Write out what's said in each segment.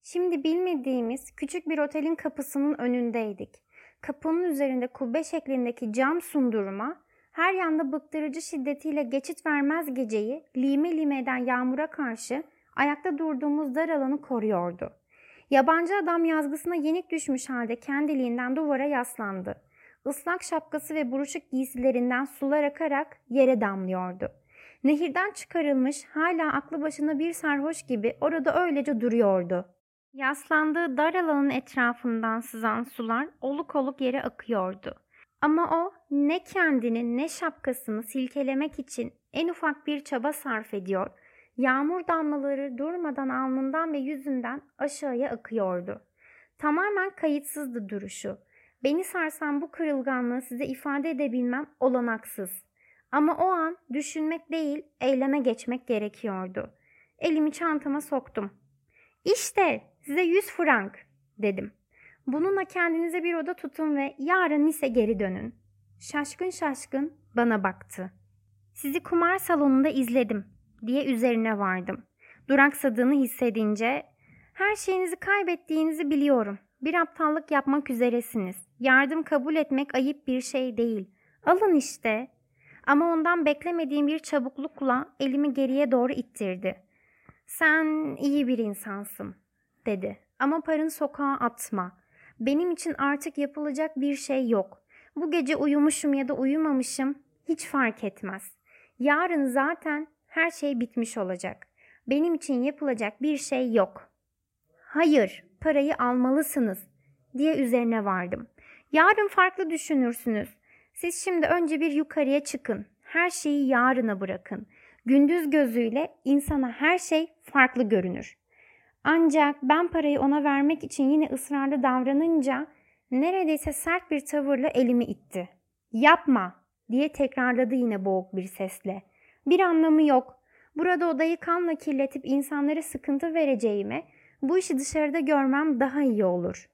Şimdi bilmediğimiz küçük bir otelin kapısının önündeydik. Kapının üzerinde kubbe şeklindeki cam sundurma, her yanda bıktırıcı şiddetiyle geçit vermez geceyi lime lime eden yağmura karşı ayakta durduğumuz dar alanı koruyordu. Yabancı adam yazgısına yenik düşmüş halde kendiliğinden duvara yaslandı. Islak şapkası ve buruşuk giysilerinden sular akarak yere damlıyordu. Nehirden çıkarılmış, hala aklı başında bir sarhoş gibi orada öylece duruyordu. Yaslandığı dar alanın etrafından sızan sular oluk oluk yere akıyordu. Ama o ne kendini ne şapkasını silkelemek için en ufak bir çaba sarf ediyor, yağmur damlaları durmadan alnından ve yüzünden aşağıya akıyordu. Tamamen kayıtsızdı duruşu. Beni sarsan bu kırılganlığı size ifade edebilmem olanaksız. Ama o an düşünmek değil, eyleme geçmek gerekiyordu. Elimi çantama soktum. "İşte size 100 frank," dedim. "Bununla kendinize bir oda tutun ve yarın Nice geri dönün." Şaşkın şaşkın bana baktı. "Sizi kumar salonunda izledim," diye üzerine vardım. Duraksadığını hissedince, "Her şeyinizi kaybettiğinizi biliyorum. Bir aptallık yapmak üzeresiniz. Yardım kabul etmek ayıp bir şey değil. Alın işte." Ama ondan beklemediğim bir çabuklukla elimi geriye doğru ittirdi. "Sen iyi bir insansın," dedi. "Ama paranı sokağa atma. Benim için artık yapılacak bir şey yok. Bu gece uyumuşum ya da uyumamışım hiç fark etmez. Yarın zaten her şey bitmiş olacak. Benim için yapılacak bir şey yok." "Hayır, parayı almalısınız," diye üzerine vardım. "Yarın farklı düşünürsünüz. Siz şimdi önce bir yukarıya çıkın. Her şeyi yarına bırakın. Gündüz gözüyle insana her şey farklı görünür." Ancak ben parayı ona vermek için yine ısrarlı davranınca neredeyse sert bir tavırla elimi itti. "Yapma," diye tekrarladı yine boğuk bir sesle. "Bir anlamı yok. Burada odayı kanla kirletip insanlara sıkıntı vereceğime bu işi dışarıda görmem daha iyi olur.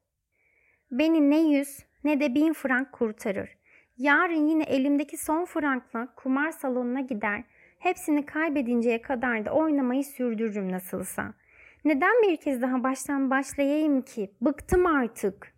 Beni ne 100 ne de 1000 frank kurtarır. Yarın yine elimdeki son frankla kumar salonuna gider, hepsini kaybedinceye kadar da oynamayı sürdürürüm nasılsa. Neden bir kez daha baştan başlayayım ki? Bıktım artık."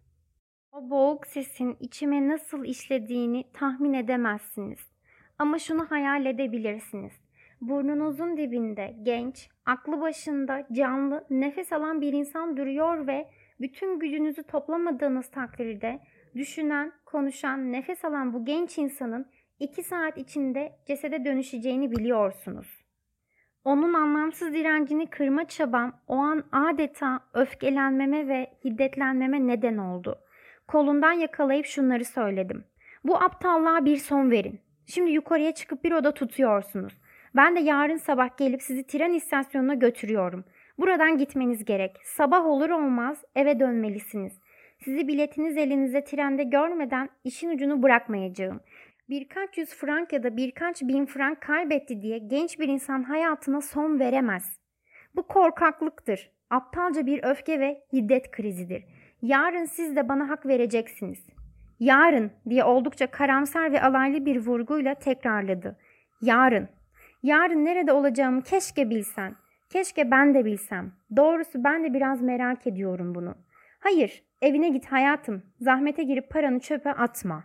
O boğuk sesin içime nasıl işlediğini tahmin edemezsiniz. Ama şunu hayal edebilirsiniz. Burnunuzun dibinde genç, aklı başında canlı, nefes alan bir insan duruyor ve bütün gücünüzü toplamadığınız takdirde düşünen, konuşan, nefes alan bu genç insanın 2 saat içinde cesede dönüşeceğini biliyorsunuz. Onun anlamsız direncini kırma çabam o an adeta öfkelenmeme ve hiddetlenmeme neden oldu. Kolundan yakalayıp şunları söyledim. "Bu aptallığa bir son verin. Şimdi yukarıya çıkıp bir oda tutuyorsunuz. Ben de yarın sabah gelip sizi tren istasyonuna götürüyorum. Buradan gitmeniz gerek. Sabah olur olmaz eve dönmelisiniz. Sizi biletiniz elinizde trende görmeden işin ucunu bırakmayacağım. Birkaç yüz frank ya da birkaç bin frank kaybetti diye genç bir insan hayatına son veremez. Bu korkaklıktır. Aptalca bir öfke ve hiddet krizidir. Yarın siz de bana hak vereceksiniz." "Yarın," diye oldukça karamsar ve alaylı bir vurguyla tekrarladı. "Yarın. Yarın nerede olacağımı keşke bilsen. Keşke ben de bilsem. Doğrusu ben de biraz merak ediyorum bunu." "Hayır, evine git hayatım. Zahmete girip paranı çöpe atma."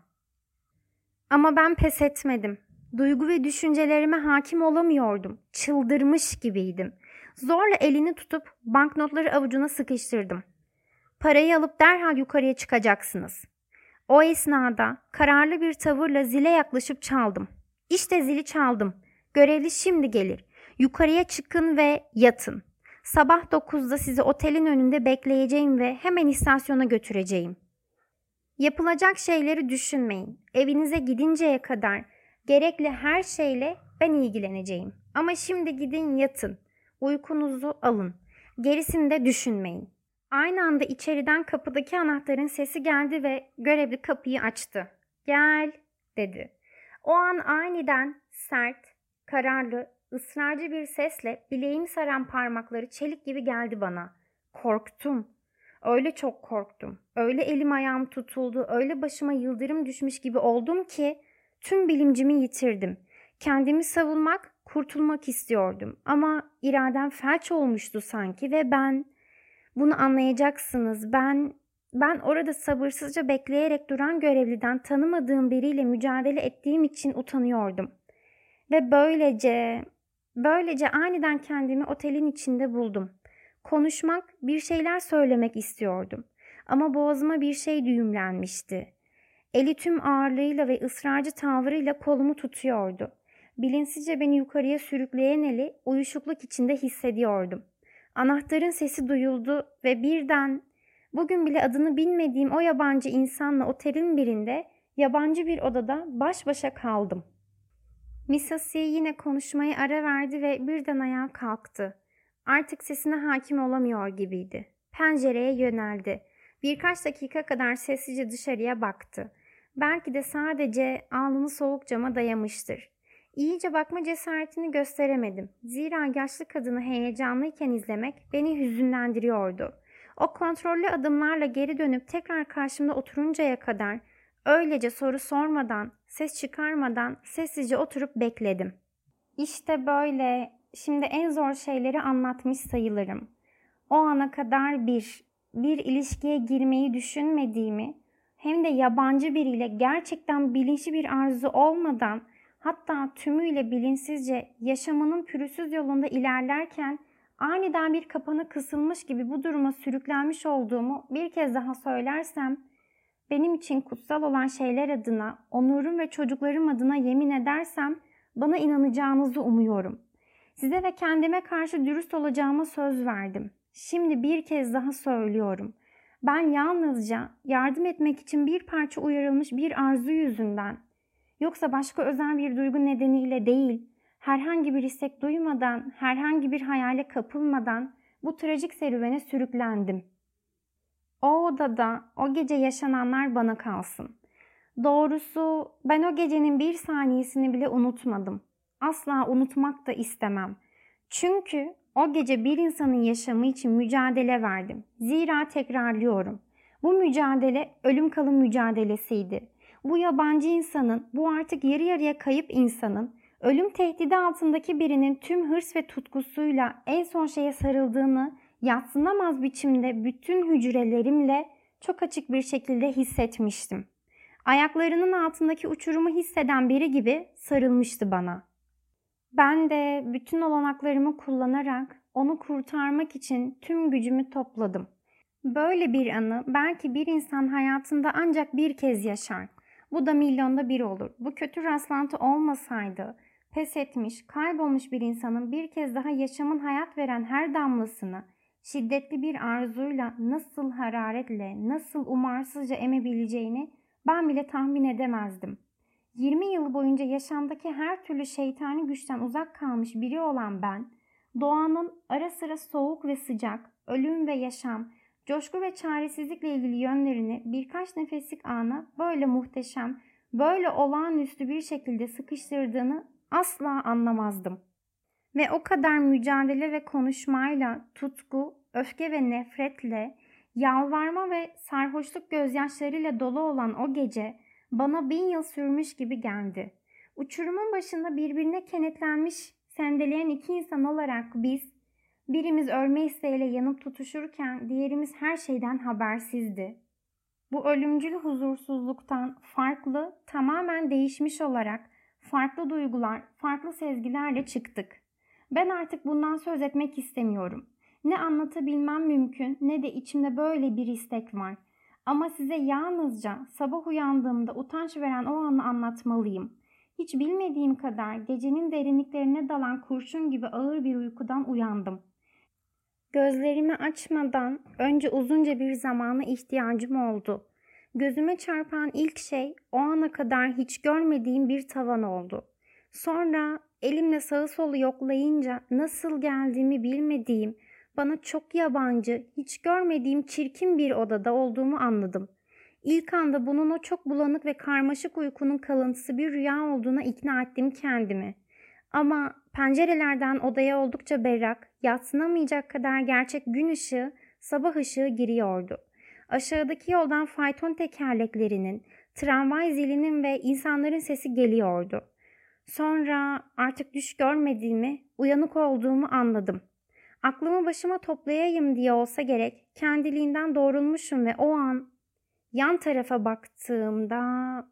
Ama ben pes etmedim. Duygu ve düşüncelerime hakim olamıyordum. Çıldırmış gibiydim. Zorla elini tutup banknotları avucuna sıkıştırdım. "Parayı alıp derhal yukarıya çıkacaksınız." O esnada kararlı bir tavırla zile yaklaşıp çaldım. "İşte zili çaldım. Görevli şimdi gelir. Yukarıya çıkın ve yatın. Sabah 9'da sizi otelin önünde bekleyeceğim ve hemen istasyona götüreceğim. Yapılacak şeyleri düşünmeyin. Evinize gidinceye kadar gerekli her şeyle ben ilgileneceğim. Ama şimdi gidin yatın. Uykunuzu alın. Gerisini de düşünmeyin." Aynı anda içeriden kapıdaki anahtarın sesi geldi ve görevli kapıyı açtı. "Gel," dedi. O an aniden sert, kararlı, ısrarcı bir sesle bileğimi saran parmakları çelik gibi geldi bana. Korktum. Öyle çok korktum. Öyle elim ayağım tutuldu, öyle başıma yıldırım düşmüş gibi oldum ki tüm bilincimi yitirdim. Kendimi savunmak, kurtulmak istiyordum ama iradem felç olmuştu sanki ve ben Bunu anlayacaksınız. Ben orada sabırsızca bekleyerek duran görevliden tanımadığım biriyle mücadele ettiğim için utanıyordum. Ve böylece aniden kendimi otelin içinde buldum. Konuşmak, bir şeyler söylemek istiyordum. Ama boğazıma bir şey düğümlenmişti. Eli tüm ağırlığıyla ve ısrarcı tavrıyla kolumu tutuyordu. Bilinçsizce beni yukarıya sürükleyen eli uyuşukluk içinde hissediyordum. Anahtarın sesi duyuldu ve birden bugün bile adını bilmediğim o yabancı insanla otelin birinde yabancı bir odada baş başa kaldım. Mrs. C yine konuşmaya ara verdi ve birden ayağa kalktı. Artık sesine hakim olamıyor gibiydi. Pencereye yöneldi. Birkaç dakika kadar sessizce dışarıya baktı. Belki de sadece alnını soğuk cama dayamıştır. İyice bakma cesaretini gösteremedim. Zira yaşlı kadını heyecanlıyken izlemek beni hüzünlendiriyordu. O kontrollü adımlarla geri dönüp tekrar karşımda oturuncaya kadar öylece soru sormadan, ses çıkarmadan sessizce oturup bekledim. İşte böyle, şimdi en zor şeyleri anlatmış sayılırım. O ana kadar bir ilişkiye girmeyi düşünmediğimi, hem de yabancı biriyle gerçekten bilinçli bir arzu olmadan, hatta tümüyle bilinçsizce yaşamının pürüzsüz yolunda ilerlerken aniden bir kapana kısılmış gibi bu duruma sürüklenmiş olduğumu bir kez daha söylersem, benim için kutsal olan şeyler adına, onurum ve çocuklarım adına yemin edersem bana inanacağınızı umuyorum. Size ve kendime karşı dürüst olacağıma söz verdim. Şimdi bir kez daha söylüyorum. Ben yalnızca yardım etmek için bir parça uyarılmış bir arzu yüzünden, yoksa başka özel bir duygu nedeniyle değil, herhangi bir istek duymadan, herhangi bir hayale kapılmadan bu trajik serüvene sürüklendim. O odada o gece yaşananlar bana kalsın. Doğrusu ben o gecenin bir saniyesini bile unutmadım. Asla unutmak da istemem. Çünkü o gece bir insanın yaşamı için mücadele verdim. Zira tekrarlıyorum. Bu mücadele ölüm kalım mücadelesiydi. Bu yabancı insanın, bu artık yarı yarıya kayıp insanın, ölüm tehdidi altındaki birinin tüm hırs ve tutkusuyla en son şeye sarıldığını yadsınamaz biçimde bütün hücrelerimle çok açık bir şekilde hissetmiştim. Ayaklarının altındaki uçurumu hisseden biri gibi sarılmıştı bana. Ben de bütün olanaklarımı kullanarak onu kurtarmak için tüm gücümü topladım. Böyle bir anı belki bir insan hayatında ancak bir kez yaşar. Bu da milyonda bir olur. Bu kötü rastlantı olmasaydı, pes etmiş, kaybolmuş bir insanın bir kez daha yaşamın hayat veren her damlasını şiddetli bir arzuyla nasıl hararetle, nasıl umarsızca emebileceğini ben bile tahmin edemezdim. 20 yıl boyunca yaşamdaki her türlü şeytani güçten uzak kalmış biri olan ben, doğanın ara sıra soğuk ve sıcak, ölüm ve yaşam, coşku ve çaresizlikle ilgili yönlerini birkaç nefeslik ana böyle muhteşem, böyle olağanüstü bir şekilde sıkıştırdığını asla anlamazdım. Ve o kadar mücadele ve konuşmayla, tutku, öfke ve nefretle, yalvarma ve sarhoşluk gözyaşlarıyla dolu olan o gece bana 1000 yıl sürmüş gibi geldi. Uçurumun başında birbirine kenetlenmiş, sendeleyen iki insan olarak birimiz ölme isteğiyle yanıp tutuşurken diğerimiz her şeyden habersizdi. Bu ölümcül huzursuzluktan farklı, tamamen değişmiş olarak farklı duygular, farklı sezgilerle çıktık. Ben artık bundan söz etmek istemiyorum. Ne anlatabilmem mümkün ne de içimde böyle bir istek var. Ama size yalnızca sabah uyandığımda utanç veren o anı anlatmalıyım. Hiç bilmediğim kadar gecenin derinliklerine dalan kurşun gibi ağır bir uykudan uyandım. Gözlerimi açmadan önce uzunca bir zamana ihtiyacım oldu. Gözüme çarpan ilk şey o ana kadar hiç görmediğim bir tavan oldu. Sonra elimle sağı solu yoklayınca nasıl geldiğimi bilmediğim, bana çok yabancı, hiç görmediğim çirkin bir odada olduğumu anladım. İlk anda bunun o çok bulanık ve karmaşık uykunun kalıntısı bir rüya olduğuna ikna ettim kendimi. Ama pencerelerden odaya oldukça berrak, yadsınamayacak kadar gerçek gün ışığı, sabah ışığı giriyordu. Aşağıdaki yoldan fayton tekerleklerinin, tramvay zilinin ve insanların sesi geliyordu. Sonra artık düş görmediğimi, uyanık olduğumu anladım. Aklımı başıma toplayayım diye olsa gerek kendiliğinden doğrulmuşum ve o an yan tarafa baktığımda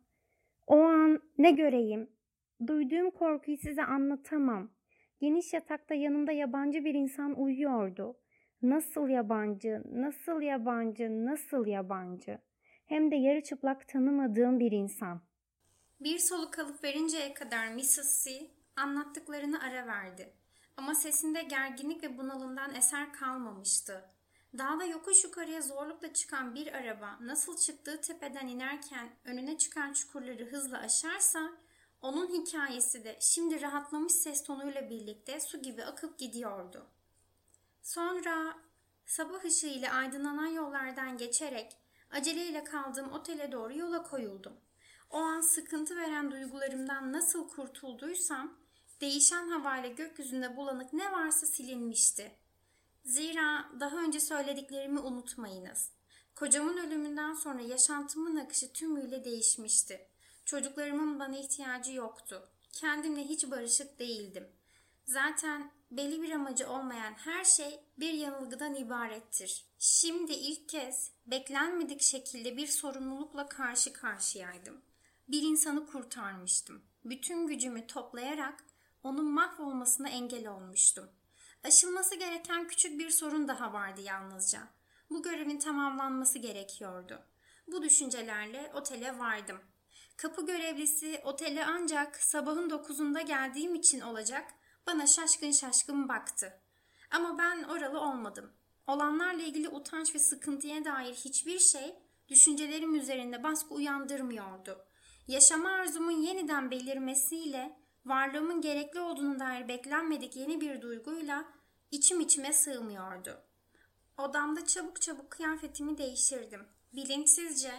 o an ne göreyim? Duyduğum korkuyu size anlatamam. Geniş yatakta yanımda yabancı bir insan uyuyordu. Nasıl yabancı, nasıl yabancı, nasıl yabancı? Hem de yarı çıplak tanımadığım bir insan. Bir soluk alıp verinceye kadar Mrs. C anlattıklarını ara verdi. Ama sesinde gerginlik ve bunalımdan eser kalmamıştı. Dağda yokuş yukarıya zorlukla çıkan bir araba nasıl çıktığı tepeden inerken önüne çıkan çukurları hızla aşarsa, onun hikayesi de şimdi rahatlamış ses tonuyla birlikte su gibi akıp gidiyordu. Sonra sabah ışığı ile aydınlanan yollardan geçerek aceleyle kaldığım otele doğru yola koyuldum. O an sıkıntı veren duygularımdan nasıl kurtulduysam, değişen havayla gökyüzünde bulanık ne varsa silinmişti. Zira daha önce söylediklerimi unutmayınız. Kocamın ölümünden sonra yaşantımın akışı tümüyle değişmişti. Çocuklarımın bana ihtiyacı yoktu. Kendimle hiç barışık değildim. Zaten belli bir amacı olmayan her şey bir yanılgıdan ibarettir. Şimdi ilk kez beklenmedik şekilde bir sorumlulukla karşı karşıyaydım. Bir insanı kurtarmıştım. Bütün gücümü toplayarak onun mahvolmasına engel olmuştum. Aşılması gereken küçük bir sorun daha vardı yalnızca. Bu görevin tamamlanması gerekiyordu. Bu düşüncelerle otele vardım. Kapı görevlisi otele ancak sabahın 9'unda geldiğim için olacak bana şaşkın şaşkın baktı. Ama ben oralı olmadım. Olanlarla ilgili utanç ve sıkıntıya dair hiçbir şey düşüncelerim üzerinde baskı uyandırmıyordu. Yaşama arzumun yeniden belirmesiyle varlığımın gerekli olduğuna dair beklenmedik yeni bir duyguyla içim içime sığmıyordu. Odamda çabuk çabuk kıyafetimi değiştirdim. Bilinçsizce,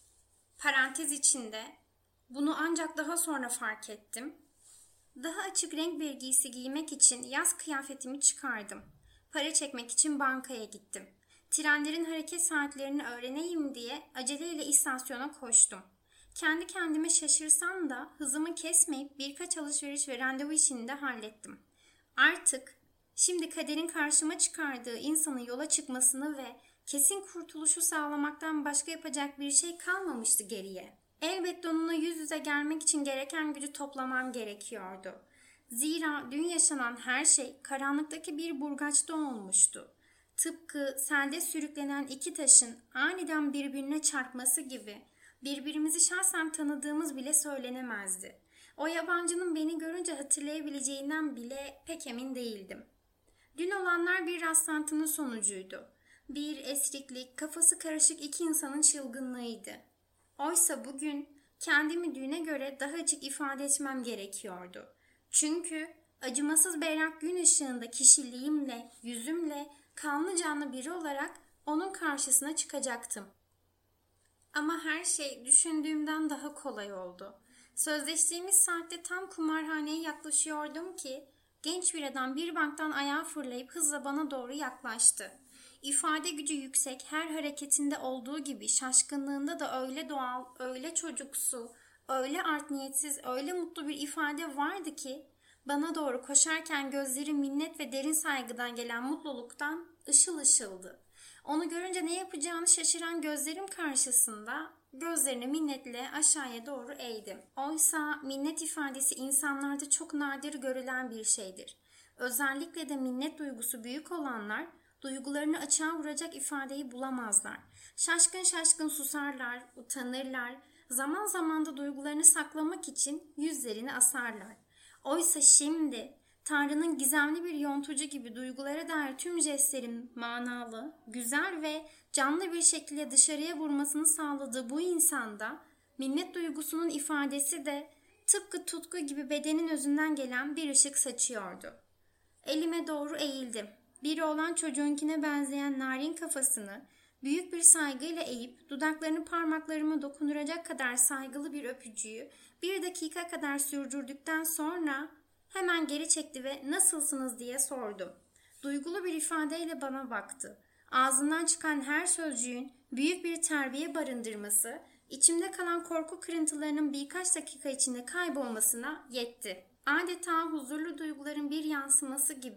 parantez içinde, bunu ancak daha sonra fark ettim. Daha açık renk bir giysi giymek için yaz kıyafetimi çıkardım. Para çekmek için bankaya gittim. Trenlerin hareket saatlerini öğreneyim diye aceleyle istasyona koştum. Kendi kendime şaşırsam da hızımı kesmeyip birkaç alışveriş ve randevu işini de hallettim. Artık şimdi kaderin karşıma çıkardığı insanın yola çıkmasını ve kesin kurtuluşu sağlamaktan başka yapacak bir şey kalmamıştı geriye. Elbette onunla yüz yüze gelmek için gereken gücü toplamam gerekiyordu. Zira dün yaşanan her şey karanlıktaki bir burgaçta olmuştu. Tıpkı selde sürüklenen iki taşın aniden birbirine çarpması gibi birbirimizi şahsen tanıdığımız bile söylenemezdi. O yabancının beni görünce hatırlayabileceğinden bile pek emin değildim. Dün olanlar bir rastlantının sonucuydu. Bir esriklik, kafası karışık iki insanın çılgınlığıydı. Oysa bugün kendimi düne göre daha açık ifade etmem gerekiyordu. Çünkü acımasız berrak gün ışığında kişiliğimle, yüzümle, kanlı canlı biri olarak onun karşısına çıkacaktım. Ama her şey düşündüğümden daha kolay oldu. Sözleştiğimiz saatte tam kumarhaneye yaklaşıyordum ki genç bir adam bir banktan ayağa fırlayıp hızla bana doğru yaklaştı. İfade gücü yüksek, her hareketinde olduğu gibi şaşkınlığında da öyle doğal, öyle çocuksu, öyle art niyetsiz, öyle mutlu bir ifade vardı ki bana doğru koşarken gözleri minnet ve derin saygıdan gelen mutluluktan ışıl ışıldı. Onu görünce ne yapacağını şaşıran gözlerim karşısında gözlerini minnetle aşağıya doğru eğdim. Oysa minnet ifadesi insanlarda çok nadir görülen bir şeydir. Özellikle de minnet duygusu büyük olanlar duygularını açığa vuracak ifadeyi bulamazlar. Şaşkın şaşkın susarlar, utanırlar, zaman zaman da duygularını saklamak için yüzlerini asarlar. Oysa şimdi Tanrı'nın gizemli bir yontucu gibi duygulara dair tüm jestlerin manalı, güzel ve canlı bir şekilde dışarıya vurmasını sağladığı bu insanda minnet duygusunun ifadesi de tıpkı tutku gibi bedenin özünden gelen bir ışık saçıyordu. Elime doğru eğildim. Biri olan çocuğunkine benzeyen narin kafasını büyük bir saygıyla eğip dudaklarını parmaklarıma dokunduracak kadar saygılı bir öpücüğü bir dakika kadar sürdürdükten sonra hemen geri çekti ve "Nasılsınız?" diye sordum. Duygulu bir ifadeyle bana baktı. Ağzından çıkan her sözcüğün büyük bir terbiye barındırması, içimde kalan korku kırıntılarının birkaç dakika içinde kaybolmasına yetti. Adeta huzurlu duyguların bir yansıması gibi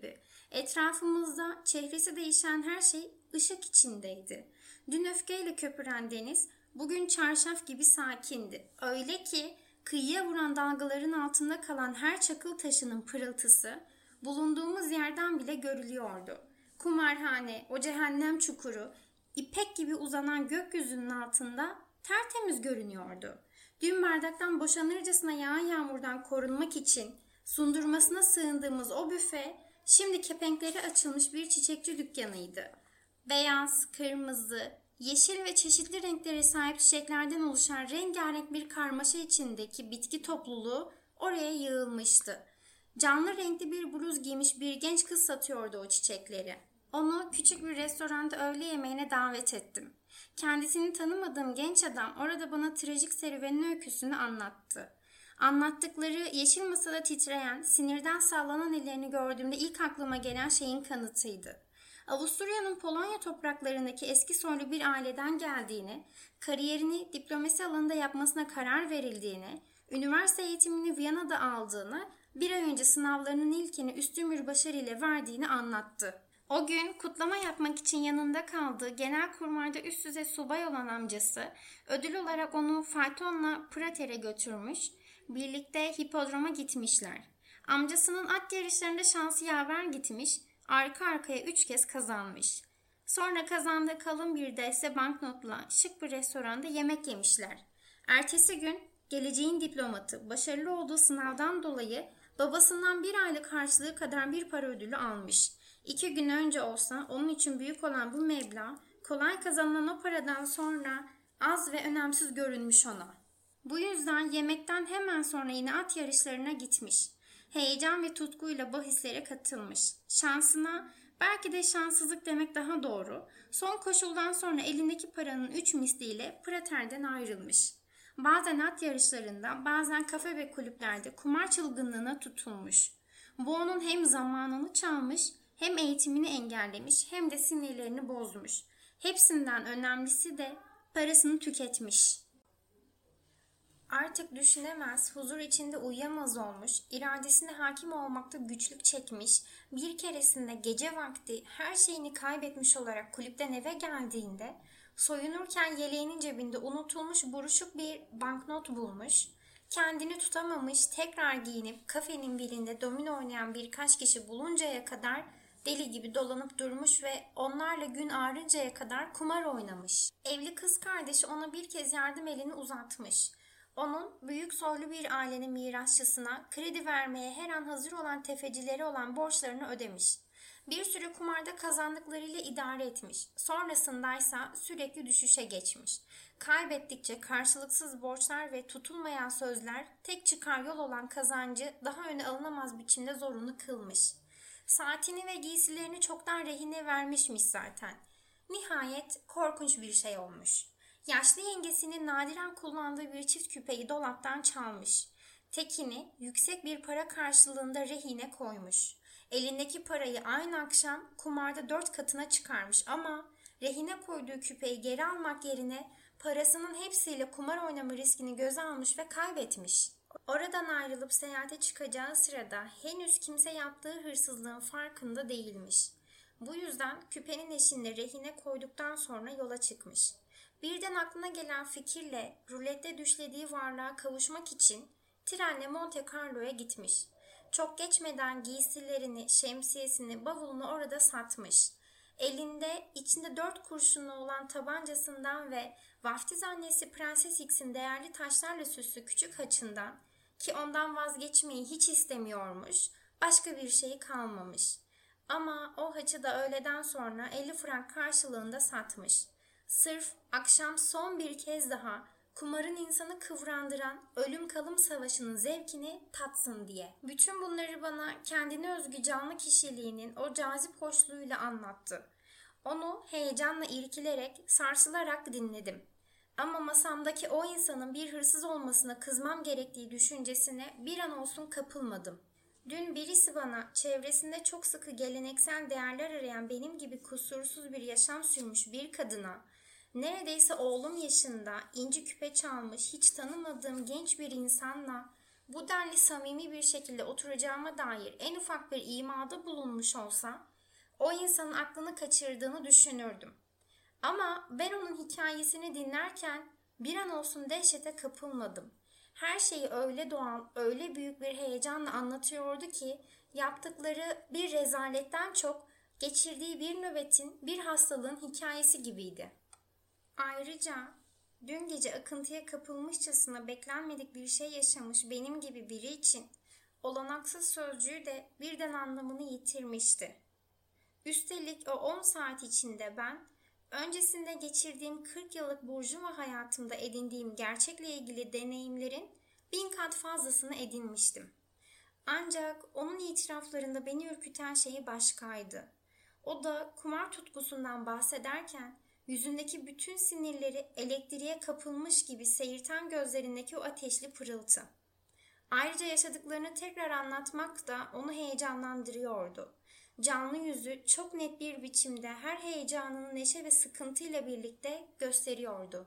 Etrafımızda çehresi değişen her şey ışık içindeydi. Dün öfkeyle köpüren deniz bugün çarşaf gibi sakindi. Öyle ki kıyıya vuran dalgaların altında kalan her çakıl taşının pırıltısı bulunduğumuz yerden bile görülüyordu. Kumarhane, o cehennem çukuru, ipek gibi uzanan gökyüzünün altında tertemiz görünüyordu. Dün bardaktan boşanırcasına yağan yağmurdan korunmak için sundurmasına sığındığımız o büfe şimdi kepenkleri açılmış bir çiçekçi dükkanıydı. Beyaz, kırmızı, yeşil ve çeşitli renklere sahip çiçeklerden oluşan rengarenk bir karmaşa içindeki bitki topluluğu oraya yığılmıştı. Canlı renkli bir bluz giymiş bir genç kız satıyordu o çiçekleri. Onu küçük bir restoranda öğle yemeğine davet ettim. Kendisini tanımadığım genç adam orada bana trajik serüvenin öyküsünü anlattı. Anlattıkları yeşil masada titreyen, sinirden sallanan ellerini gördüğümde ilk aklıma gelen şeyin kanıtıydı. Avusturya'nın Polonya topraklarındaki eski soylu bir aileden geldiğini, kariyerini diplomasi alanında yapmasına karar verildiğini, üniversite eğitimini Viyana'da aldığını, bir ay önce sınavlarının ilkini üstün bir başarıyla verdiğini anlattı. O gün kutlama yapmak için yanında kaldığı Genelkurmay'da üst düzey subay olan amcası ödül olarak onu faytonla Prater'e götürmüş, birlikte hipodroma gitmişler. Amcasının at yarışlarında şansı yaver gitmiş, arka arkaya 3 kez kazanmış. Sonra kazandığı kalın bir deste banknotla şık bir restoranda yemek yemişler. Ertesi gün geleceğin diplomatı başarılı olduğu sınavdan dolayı babasından bir aylık harçlığı kadar bir para ödülü almış. 2 gün önce olsa onun için büyük olan bu meblağ kolay kazanılan o paradan sonra az ve önemsiz görünmüş ona. Bu yüzden yemekten hemen sonra yine at yarışlarına gitmiş. Heyecan ve tutkuyla bahislere katılmış. Şansına, belki de şanssızlık demek daha doğru, son koşuldan sonra elindeki paranın 3 misliyle Prater'den ayrılmış. Bazen at yarışlarında, bazen kafe ve kulüplerde kumar çılgınlığına tutulmuş. Bu onun hem zamanını çalmış, hem eğitimini engellemiş, hem de sinirlerini bozmuş. Hepsinden önemlisi de parasını tüketmiş. Artık düşünemez, huzur içinde uyuyamaz olmuş, iradesine hakim olmakta güçlük çekmiş, bir keresinde gece vakti her şeyini kaybetmiş olarak kulüpten eve geldiğinde, soyunurken yeleğinin cebinde unutulmuş buruşuk bir banknot bulmuş, kendini tutamamış, tekrar giyinip kafenin birinde domino oynayan birkaç kişi buluncaya kadar deli gibi dolanıp durmuş ve onlarla gün ağrıncaya kadar kumar oynamış. Evli kız kardeşi ona bir kez yardım elini uzatmış. Onun büyük soylu bir ailenin mirasçısına kredi vermeye her an hazır olan tefecileri olan borçlarını ödemiş. Bir süre kumarda kazandıklarıyla idare etmiş. Sonrasındaysa sürekli düşüşe geçmiş. Kaybettikçe karşılıksız borçlar ve tutulmayan sözler tek çıkar yol olan kazancı daha öne alınamaz biçimde zorunlu kılmış. Saatini ve giysilerini çoktan rehine vermişmiş zaten. Nihayet korkunç bir şey olmuş. Yaşlı yengesinin nadiren kullandığı bir çift küpeyi dolaptan çalmış. Tekini yüksek bir para karşılığında rehine koymuş. Elindeki parayı aynı akşam kumarda 4 katına çıkarmış ama rehine koyduğu küpeyi geri almak yerine parasının hepsiyle kumar oynama riskini göze almış ve kaybetmiş. Oradan ayrılıp seyahate çıkacağı sırada henüz kimse yaptığı hırsızlığın farkında değilmiş. Bu yüzden küpenin eşinde rehine koyduktan sonra yola çıkmış. Birden aklına gelen fikirle rulette düşlediği varlığa kavuşmak için trenle Monte Carlo'ya gitmiş. Çok geçmeden giysilerini, şemsiyesini, bavulunu orada satmış. Elinde içinde 4 kurşunlu olan tabancasından ve vaftiz annesi Prenses X'in değerli taşlarla süslü küçük haçından, ki ondan vazgeçmeyi hiç istemiyormuş, başka bir şey kalmamış. Ama o haçı da öğleden sonra 50 frank karşılığında satmış. Sırf akşam son bir kez daha kumarın insanı kıvrandıran ölüm kalım savaşının zevkini tatsın diye. Bütün bunları bana kendine özgü canlı kişiliğinin o cazip hoşluğuyla anlattı. Onu heyecanla irkilerek, sarsılarak dinledim. Ama masamdaki o insanın bir hırsız olmasına kızmam gerektiği düşüncesine bir an olsun kapılmadım. Dün birisi bana çevresinde çok sıkı geleneksel değerler arayan benim gibi kusursuz bir yaşam sürmüş bir kadına, neredeyse oğlum yaşında inci küpe çalmış hiç tanımadığım genç bir insanla bu denli samimi bir şekilde oturacağıma dair en ufak bir imada bulunmuş olsa, o insanın aklını kaçırdığını düşünürdüm. Ama ben onun hikayesini dinlerken bir an olsun dehşete kapılmadım. Her şeyi öyle doğal, öyle büyük bir heyecanla anlatıyordu ki yaptıkları bir rezaletten çok geçirdiği bir nöbetin, bir hastalığın hikayesi gibiydi. Ayrıca dün gece akıntıya kapılmışçasına beklenmedik bir şey yaşamış benim gibi biri için olanaksız sözcüğü de birden anlamını yitirmişti. Üstelik o 10 saat içinde ben öncesinde geçirdiğim 40 yıllık burjuva hayatımda edindiğim gerçekle ilgili deneyimlerin 1000 kat fazlasını edinmiştim. Ancak onun itiraflarında beni ürküten şey başkaydı. O da kumar tutkusundan bahsederken yüzündeki bütün sinirleri elektriğe kapılmış gibi seyirten gözlerindeki o ateşli pırıltı. Ayrıca yaşadıklarını tekrar anlatmak da onu heyecanlandırıyordu. Canlı yüzü çok net bir biçimde her heyecanını neşe ve sıkıntıyla birlikte gösteriyordu.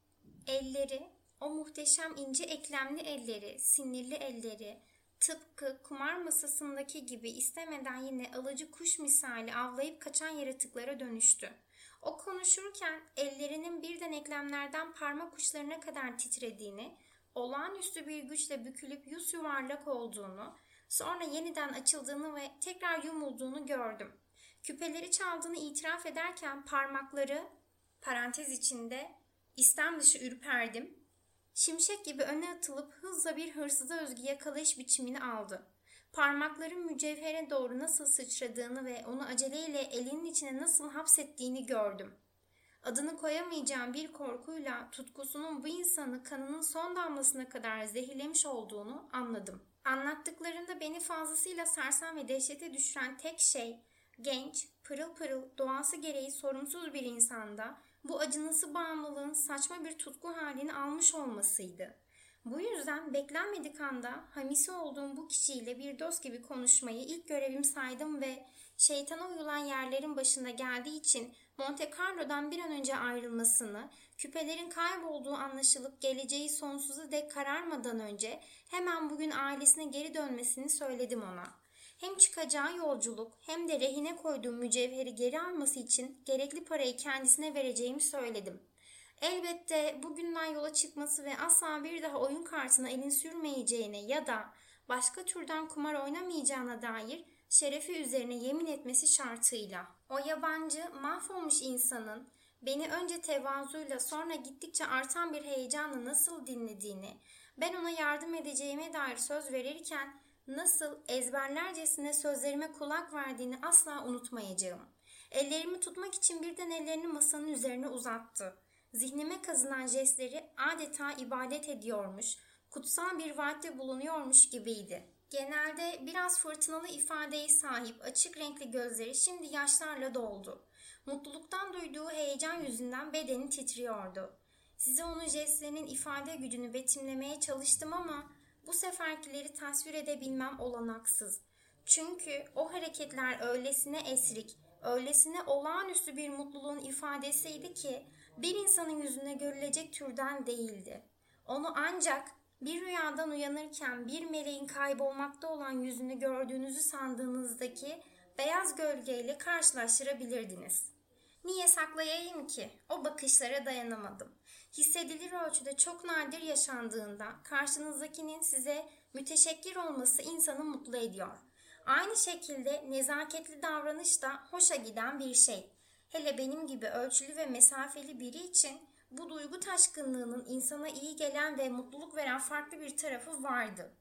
Elleri, o muhteşem ince eklemli elleri, sinirli elleri, tıpkı kumar masasındaki gibi istemeden yine alıcı kuş misali avlayıp kaçan yaratıklara dönüştü. O konuşurken ellerinin birden eklemlerden parmak uçlarına kadar titrediğini, olağanüstü bir güçle bükülüp yuvarlak olduğunu, sonra yeniden açıldığını ve tekrar yumulduğunu gördüm. Küpeleri çaldığını itiraf ederken parmakları, parantez içinde, istem dışı ürperdim. Şimşek gibi öne atılıp hızla bir hırsıza özgü yakalayış biçimini aldı. Parmakların mücevhere doğru nasıl sıçradığını ve onu aceleyle elinin içine nasıl hapsettiğini gördüm. Adını koyamayacağım bir korkuyla tutkusunun bu insanı kanının son damlasına kadar zehirlemiş olduğunu anladım. Anlattıklarında beni fazlasıyla sarsan ve dehşete düşüren tek şey, genç, pırıl pırıl, doğası gereği sorumsuz bir insanda bu acınası bağımlılığın saçma bir tutku halini almış olmasıydı. Bu yüzden beklenmedik anda hamisi olduğum bu kişiyle bir dost gibi konuşmayı ilk görevim saydım ve şeytana uyulan yerlerin başında geldiği için Monte Carlo'dan bir an önce ayrılmasını, küpelerin kaybolduğu anlaşılıp geleceği sonsuza dek kararmadan önce hemen bugün ailesine geri dönmesini söyledim ona. Hem çıkacağı yolculuk hem de rehine koyduğum mücevheri geri alması için gerekli parayı kendisine vereceğimi söyledim. Elbette bugünden yola çıkması ve asla bir daha oyun kartına elini sürmeyeceğine ya da başka türden kumar oynamayacağına dair şerefi üzerine yemin etmesi şartıyla. O yabancı, mahvolmuş insanın beni önce tevazuyla sonra gittikçe artan bir heyecanla nasıl dinlediğini, ben ona yardım edeceğime dair söz verirken nasıl ezberlercesine sözlerime kulak verdiğini asla unutmayacağım. Ellerimi tutmak için birden ellerini masanın üzerine uzattı. Zihnime kazınan jestleri adeta ibadet ediyormuş, kutsal bir vaatte bulunuyormuş gibiydi. Genelde biraz fırtınalı ifadeye sahip açık renkli gözleri şimdi yaşlarla doldu. Mutluluktan duyduğu heyecan yüzünden bedeni titriyordu. Size onun jestlerinin ifade gücünü betimlemeye çalıştım ama bu seferkileri tasvir edebilmem olanaksız. Çünkü o hareketler öylesine esrik, öylesine olağanüstü bir mutluluğun ifadesiydi ki bir insanın yüzüne görülecek türden değildi. Onu ancak bir rüyadan uyanırken bir meleğin kaybolmakta olan yüzünü gördüğünüzü sandığınızdaki beyaz gölgeyle karşılaştırabilirdiniz. Niye saklayayım ki? O bakışlara dayanamadım. Hissedilir ölçüde çok nadir yaşandığında karşınızdakinin size müteşekkir olması insanı mutlu ediyor. Aynı şekilde nezaketli davranış da hoşa giden bir şey. Hele benim gibi ölçülü ve mesafeli biri için bu duygu taşkınlığının insana iyi gelen ve mutluluk veren farklı bir tarafı vardı.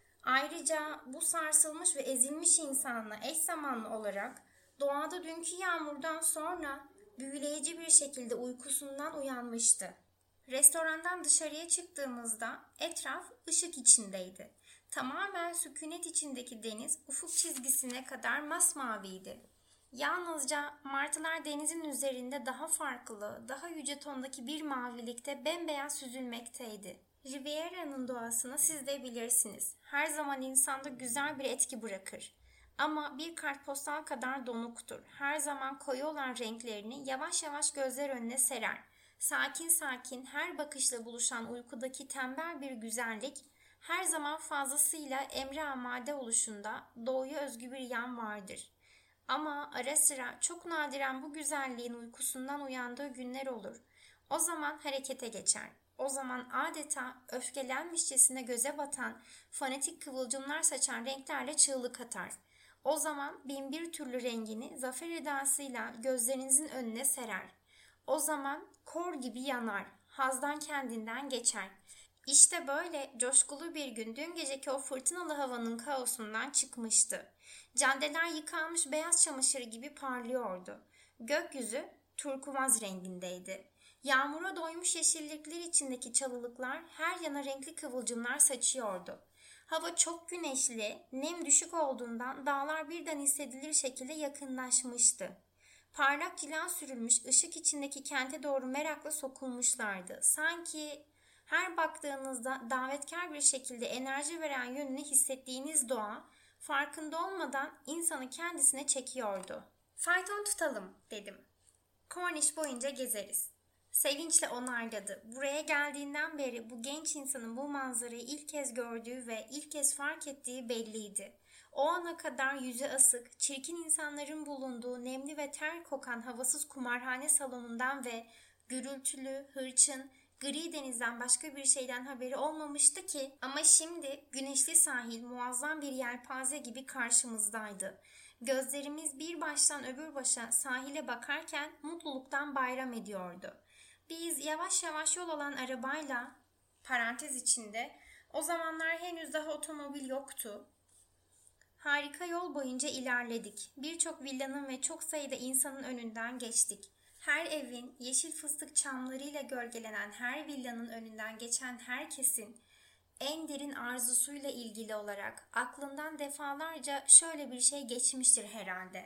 Ayrıca bu sarsılmış ve ezilmiş insanla eş zamanlı olarak doğada dünkü yağmurdan sonra büyüleyici bir şekilde uykusundan uyanmıştı. Restorandan dışarıya çıktığımızda etraf ışık içindeydi. Tamamen sükunet içindeki deniz ufuk çizgisine kadar masmaviydi. Yalnızca martılar denizin üzerinde daha farklı, daha yüce tondaki bir mavilikte bembeyaz süzülmekteydi. Riviera'nın doğasını siz de bilirsiniz. Her zaman insanda güzel bir etki bırakır. Ama bir kartpostal kadar donuktur. Her zaman koyu olan renklerini yavaş yavaş gözler önüne serer. Sakin sakin her bakışla buluşan uykudaki tembel bir güzellik, Her zaman fazlasıyla emre amade oluşunda doğuya özgü bir yan vardır. Ama ara sıra çok nadiren bu güzelliğin uykusundan uyandığı günler olur. O zaman harekete geçer. O zaman adeta öfkelenmişçesine göze batan, fanatik kıvılcımlar saçan renklerle çığlık atar. O zaman bin bir türlü rengini zafer edasıyla gözlerinizin önüne serer. O zaman kor gibi yanar, hazdan kendinden geçer. İşte böyle coşkulu bir gün dün geceki o fırtınalı havanın kaosundan çıkmıştı. Caddeler yıkanmış beyaz çamaşır gibi parlıyordu. Gökyüzü turkuaz rengindeydi. Yağmura doymuş yeşillikler içindeki çalılıklar her yana renkli kıvılcımlar saçıyordu. Hava çok güneşli, nem düşük olduğundan dağlar birden hissedilir şekilde yakınlaşmıştı. Parlak cila sürülmüş ışık içindeki kente doğru merakla sokulmuşlardı. Sanki her baktığınızda davetkar bir şekilde enerji veren yönünü hissettiğiniz doğa, farkında olmadan insanı kendisine çekiyordu. Fayton tutalım dedim. Cornish boyunca gezeriz. Sevinçle onayladı. Buraya geldiğinden beri bu genç insanın bu manzarayı ilk kez gördüğü ve ilk kez fark ettiği belliydi. O ana kadar yüzü asık, çirkin insanların bulunduğu nemli ve ter kokan havasız kumarhane salonundan ve gürültülü, hırçın, gri denizden başka bir şeyden haberi olmamıştı ki. Ama şimdi güneşli sahil muazzam bir yelpaze gibi karşımızdaydı. Gözlerimiz bir baştan öbür başa sahile bakarken mutluluktan bayram ediyordu. Biz yavaş yavaş yol alan arabayla, parantez içinde, o zamanlar henüz daha otomobil yoktu. Harika yol boyunca ilerledik. Birçok villanın ve çok sayıda insanın önünden geçtik. Her evin, yeşil fıstık çamlarıyla gölgelenen her villanın önünden geçen herkesin en derin arzusuyla ilgili olarak aklından defalarca şöyle bir şey geçmiştir herhalde.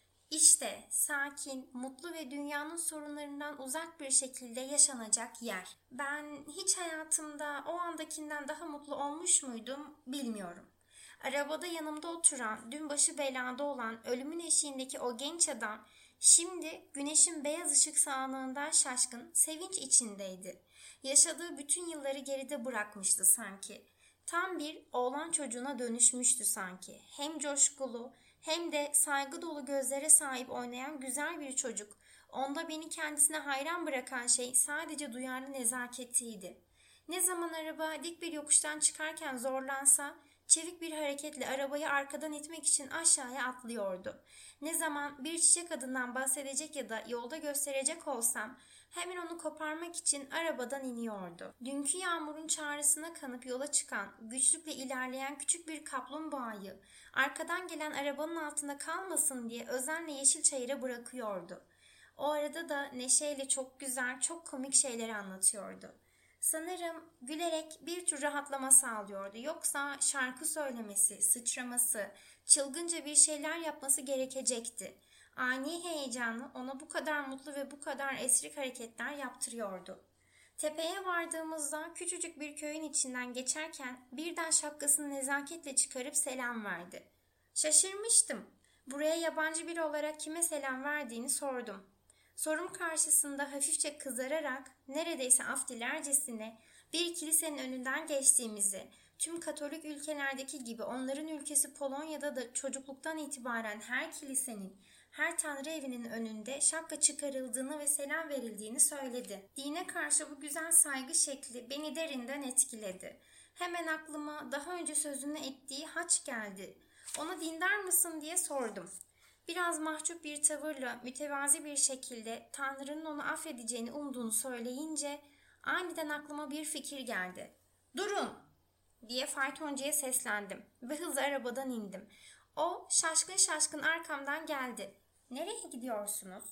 İşte sakin, mutlu ve dünyanın sorunlarından uzak bir şekilde yaşanacak yer. Ben hiç hayatımda o andakinden daha mutlu olmuş muydum bilmiyorum. Arabada yanımda oturan, dün başı belada olan ölümün eşiğindeki o genç adam şimdi güneşin beyaz ışık sağanağından şaşkın, sevinç içindeydi. Yaşadığı bütün yılları geride bırakmıştı sanki. Tam bir oğlan çocuğuna dönüşmüştü sanki. Hem coşkulu hem de saygı dolu gözlere sahip oynayan güzel bir çocuk. Onda beni kendisine hayran bırakan şey sadece duyarlı nezaketiydi. Ne zaman araba dik bir yokuştan çıkarken zorlansa, çevik bir hareketle arabayı arkadan itmek için aşağıya atlıyordu. Ne zaman bir çiçek adından bahsedecek ya da yolda gösterecek olsam hemen onu koparmak için arabadan iniyordu. Dünkü yağmurun çağrısına kanıp yola çıkan, güçlükle ilerleyen küçük bir kaplumbağayı arkadan gelen arabanın altında kalmasın diye özenle yeşil çayıra bırakıyordu. O arada da neşeyle çok güzel, çok komik şeyleri anlatıyordu. Sanırım gülerek bir tür rahatlama sağlıyordu. Yoksa şarkı söylemesi, sıçraması, çılgınca bir şeyler yapması gerekecekti. Ani heyecanı ona bu kadar mutlu ve bu kadar esrik hareketler yaptırıyordu. Tepeye vardığımızda küçücük bir köyün içinden geçerken birden şapkasını nezaketle çıkarıp selam verdi. Şaşırmıştım. Buraya yabancı biri olarak kime selam verdiğini sordum. Sorum karşısında hafifçe kızararak neredeyse af dilercesine bir kilisenin önünden geçtiğimizi, tüm Katolik ülkelerdeki gibi onların ülkesi Polonya'da da çocukluktan itibaren her kilisenin, her tanrı evinin önünde şapka çıkarıldığını ve selam verildiğini söyledi. Dine karşı bu güzel saygı şekli beni derinden etkiledi. Hemen aklıma daha önce sözünü ettiği haç geldi. Ona dindar mısın diye sordum. Biraz mahcup bir tavırla mütevazi bir şekilde Tanrı'nın onu affedeceğini umduğunu söyleyince aniden aklıma bir fikir geldi. "Durun!" diye faytoncuya seslendim ve hızla arabadan indim. O şaşkın şaşkın arkamdan geldi. "Nereye gidiyorsunuz?"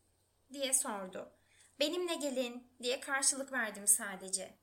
diye sordu. "Benimle gelin," diye karşılık verdim sadece.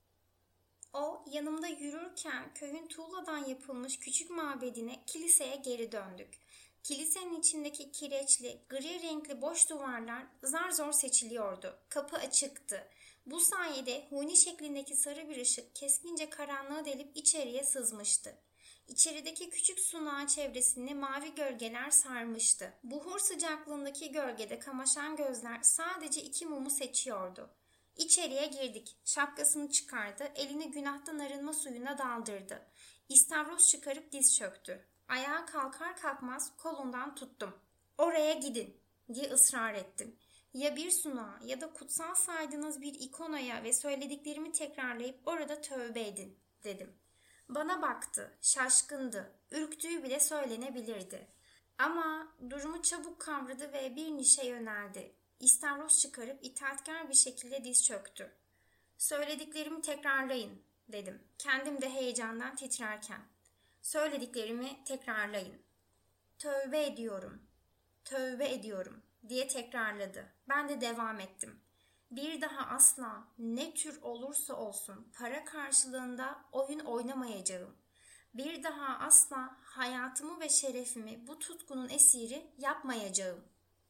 O yanımda yürürken köyün tuğladan yapılmış küçük mabedine, kiliseye geri döndük. Kilisenin içindeki kireçli, gri renkli boş duvarlar zar zor seçiliyordu. Kapı açıktı. Bu sayede huni şeklindeki sarı bir ışık keskince karanlığı delip içeriye sızmıştı. İçerideki küçük sunağı çevresini mavi gölgeler sarmıştı. Buhur sıcaklığındaki gölgede kamaşan gözler sadece iki mumu seçiyordu. İçeriye girdik. Şapkasını çıkardı, elini günahtan arınma suyuna daldırdı. İstavroz çıkarıp diz çöktü. Ayağa kalkar kalkmaz kolundan tuttum. "Oraya gidin," diye ısrar ettim. "Ya bir sunağa ya da kutsal saydığınız bir ikonaya ve söylediklerimi tekrarlayıp orada tövbe edin," dedim. Bana baktı, şaşkındı, ürktüğü bile söylenebilirdi. Ama durumu çabuk kavradı ve bir nişe yöneldi. İstavroz çıkarıp itaatkar bir şekilde diz çöktü. "Söylediklerimi tekrarlayın," dedim. Kendim de heyecandan titrerken. "Söylediklerimi tekrarlayın." "Tövbe ediyorum, tövbe ediyorum," diye tekrarladı. Ben de devam ettim. "Bir daha asla ne tür olursa olsun para karşılığında oyun oynamayacağım. Bir daha asla hayatımı ve şerefimi bu tutkunun esiri yapmayacağım."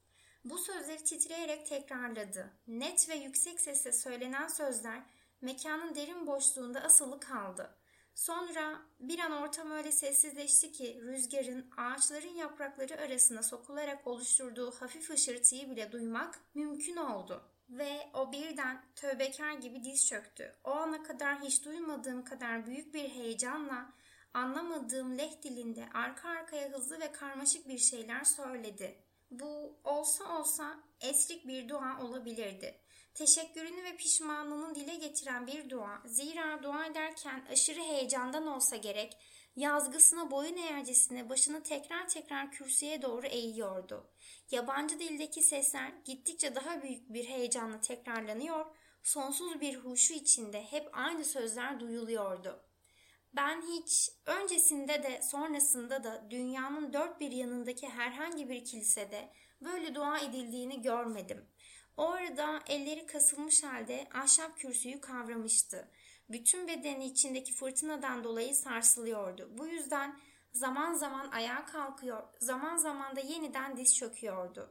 Bu sözleri titreyerek tekrarladı. Net ve yüksek sesle söylenen sözler mekanın derin boşluğunda asılı kaldı. Sonra bir an ortam öyle sessizleşti ki rüzgarın ağaçların yaprakları arasına sokularak oluşturduğu hafif hışırtıyı bile duymak mümkün oldu. Ve o birden tövbekar gibi diz çöktü. O ana kadar hiç duymadığım kadar büyük bir heyecanla anlamadığım leh dilinde arka arkaya hızlı ve karmaşık bir şeyler söyledi. Bu olsa olsa esrik bir dua olabilirdi. Teşekkürünü ve pişmanlığını dile getiren bir dua. Zira dua ederken aşırı heyecandan olsa gerek, yazgısına boyun eğercesine başını tekrar tekrar kürsüye doğru eğiyordu. Yabancı dildeki sesler gittikçe daha büyük bir heyecanla tekrarlanıyor, sonsuz bir huşu içinde hep aynı sözler duyuluyordu. Ben hiç öncesinde de sonrasında da dünyanın dört bir yanındaki herhangi bir kilisede böyle dua edildiğini görmedim. O arada elleri kasılmış halde ahşap kürsüyü kavramıştı. Bütün bedeni içindeki fırtınadan dolayı sarsılıyordu. Bu yüzden zaman zaman ayağa kalkıyor, zaman zaman da yeniden diz çöküyordu.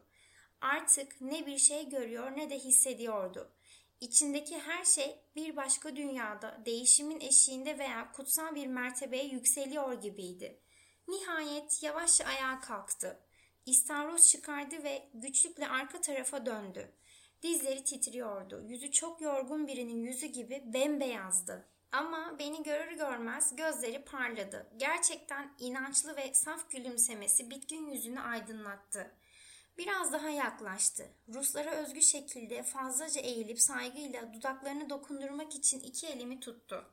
Artık ne bir şey görüyor ne de hissediyordu. İçindeki her şey bir başka dünyada, değişimin eşiğinde veya kutsal bir mertebeye yükseliyor gibiydi. Nihayet yavaşça ayağa kalktı. İstavroz çıkardı ve güçlükle arka tarafa döndü. Dizleri titriyordu. Yüzü çok yorgun birinin yüzü gibi bembeyazdı. Ama beni görür görmez gözleri parladı. Gerçekten inançlı ve saf gülümsemesi bitkin yüzünü aydınlattı. Biraz daha yaklaştı. Ruslara özgü şekilde fazlaca eğilip saygıyla dudaklarını dokundurmak için iki elimi tuttu.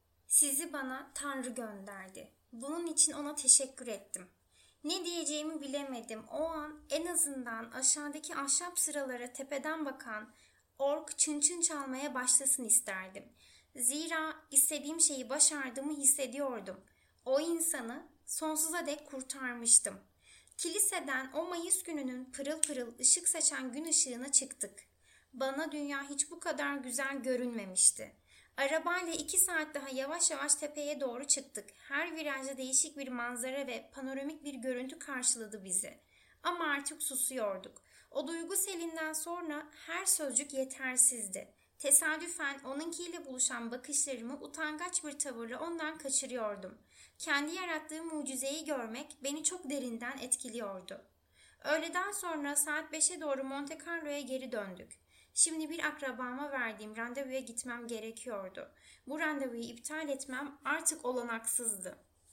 "Sizi bana Tanrı gönderdi. Bunun için ona teşekkür ettim." Ne diyeceğimi bilemedim. O an en azından aşağıdaki ahşap sıralara tepeden bakan ork çın çın çalmaya başlasın isterdim. Zira istediğim şeyi başardığımı hissediyordum. O insanı sonsuza dek kurtarmıştım. Kiliseden o Mayıs gününün pırıl pırıl ışık saçan gün ışığına çıktık. Bana dünya hiç bu kadar güzel görünmemişti. Arabayla 2 saat daha yavaş yavaş tepeye doğru çıktık. Her virajda değişik bir manzara ve panoramik bir görüntü karşıladı bizi. Ama artık susuyorduk. O duygu selinden sonra her sözcük yetersizdi. Tesadüfen onunkiyle buluşan bakışlarımı utangaç bir tavırla ondan kaçırıyordum. Kendi yarattığım mucizeyi görmek beni çok derinden etkiliyordu. Öğleden sonra saat 5'e doğru Monte Carlo'ya geri döndük. Şimdi bir akrabama verdiğim randevuya gitmem gerekiyordu. Bu randevuyu iptal etmem artık olanaksızdı.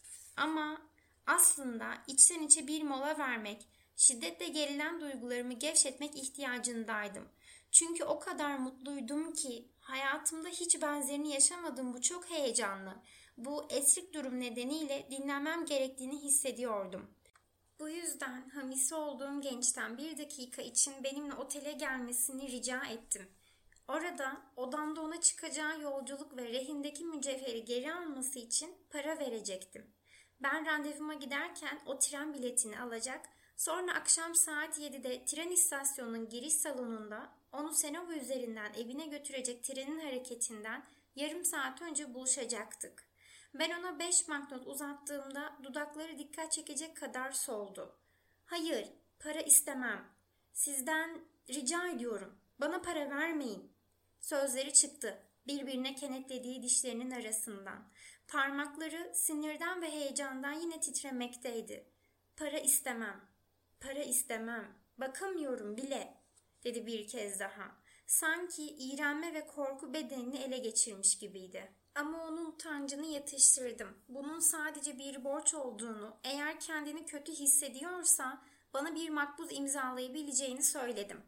Ama aslında içten içe bir mola vermek, şiddetle gerilen duygularımı gevşetmek ihtiyacındaydım. Çünkü o kadar mutluydum ki hayatımda hiç benzerini yaşamadığım bu çok heyecanlı, bu esrik durum nedeniyle dinlenmem gerektiğini hissediyordum. Bu yüzden hamisi olduğum gençten 1 dakika için benimle otele gelmesini rica ettim. Orada odamda ona çıkacağı yolculuk ve rehindeki mücevheri geri alması için para verecektim. Ben randevuma giderken o tren biletini alacak, sonra akşam saat 7'de tren istasyonunun giriş salonunda onu Senova üzerinden evine götürecek trenin hareketinden yarım saat önce buluşacaktık. Ben ona 5 banknot uzattığımda dudakları dikkat çekecek kadar soldu. "Hayır, para istemem. Sizden rica ediyorum. Bana para vermeyin." Sözleri çıktı, birbirine kenetlediği dişlerinin arasından. Parmakları sinirden ve heyecandan yine titremekteydi. "Para istemem, para istemem. Bakamıyorum bile," dedi bir kez daha. Sanki iğrenme ve korku bedenini ele geçirmiş gibiydi. Ama onun utancını yatıştırdım. Bunun sadece bir borç olduğunu, eğer kendini kötü hissediyorsa bana bir makbuz imzalayabileceğini söyledim.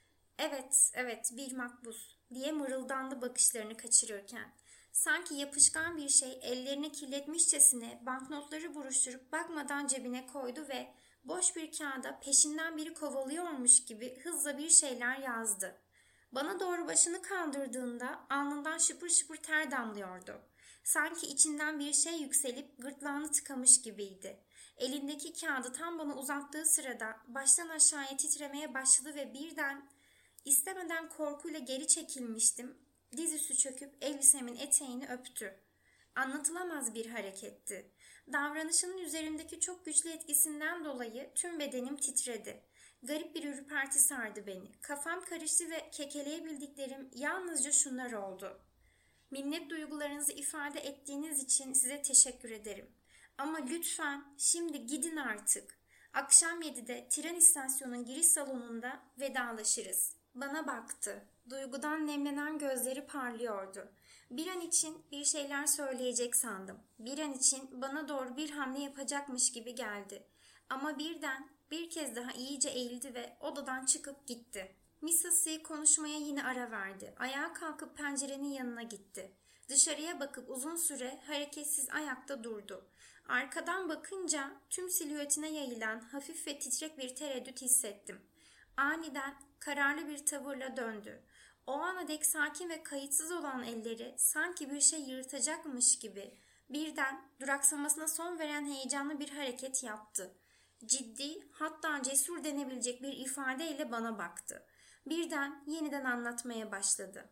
Evet, evet, bir makbuz diye mırıldandı bakışlarını kaçırırken. Sanki yapışkan bir şey ellerini kirletmişçesine banknotları buruşturup bakmadan cebine koydu ve boş bir kağıda peşinden biri kovalıyormuş gibi hızla bir şeyler yazdı. Bana doğru başını kaldırdığında alnından şıpır şıpır ter damlıyordu. Sanki içinden bir şey yükselip gırtlağını tıkamış gibiydi. Elindeki kağıdı tam bana uzattığı sırada baştan aşağıya titremeye başladı ve birden istemeden korkuyla geri çekilmiştim. Dizüstü çöküp elbisemin eteğini öptü. Anlatılamaz bir hareketti. Davranışının üzerimdeki çok güçlü etkisinden dolayı tüm bedenim titredi. Garip bir ürperti sardı beni. Kafam karıştı ve kekeleyebildiklerim yalnızca şunlar oldu. Minnet duygularınızı ifade ettiğiniz için size teşekkür ederim. Ama lütfen şimdi gidin artık. Akşam 7'de tren istasyonunun giriş salonunda vedalaşırız. Bana baktı. Duygudan nemlenen gözleri parlıyordu. Bir an için bir şeyler söyleyecek sandım. Bir an için bana doğru bir hamle yapacakmış gibi geldi. Ama birden bir kez daha iyice eğildi ve odadan çıkıp gitti. Mrs. C konuşmaya yine ara verdi. Ayağa kalkıp pencerenin yanına gitti. Dışarıya bakıp uzun süre hareketsiz ayakta durdu. Arkadan bakınca tüm silüetine yayılan hafif ve titrek bir tereddüt hissettim. Aniden kararlı bir tavırla döndü. O ana dek sakin ve kayıtsız olan elleri sanki bir şey yırtacakmış gibi birden duraksamasına son veren heyecanlı bir hareket yaptı. Ciddi, hatta cesur denebilecek bir ifadeyle bana baktı. Birden yeniden anlatmaya başladı.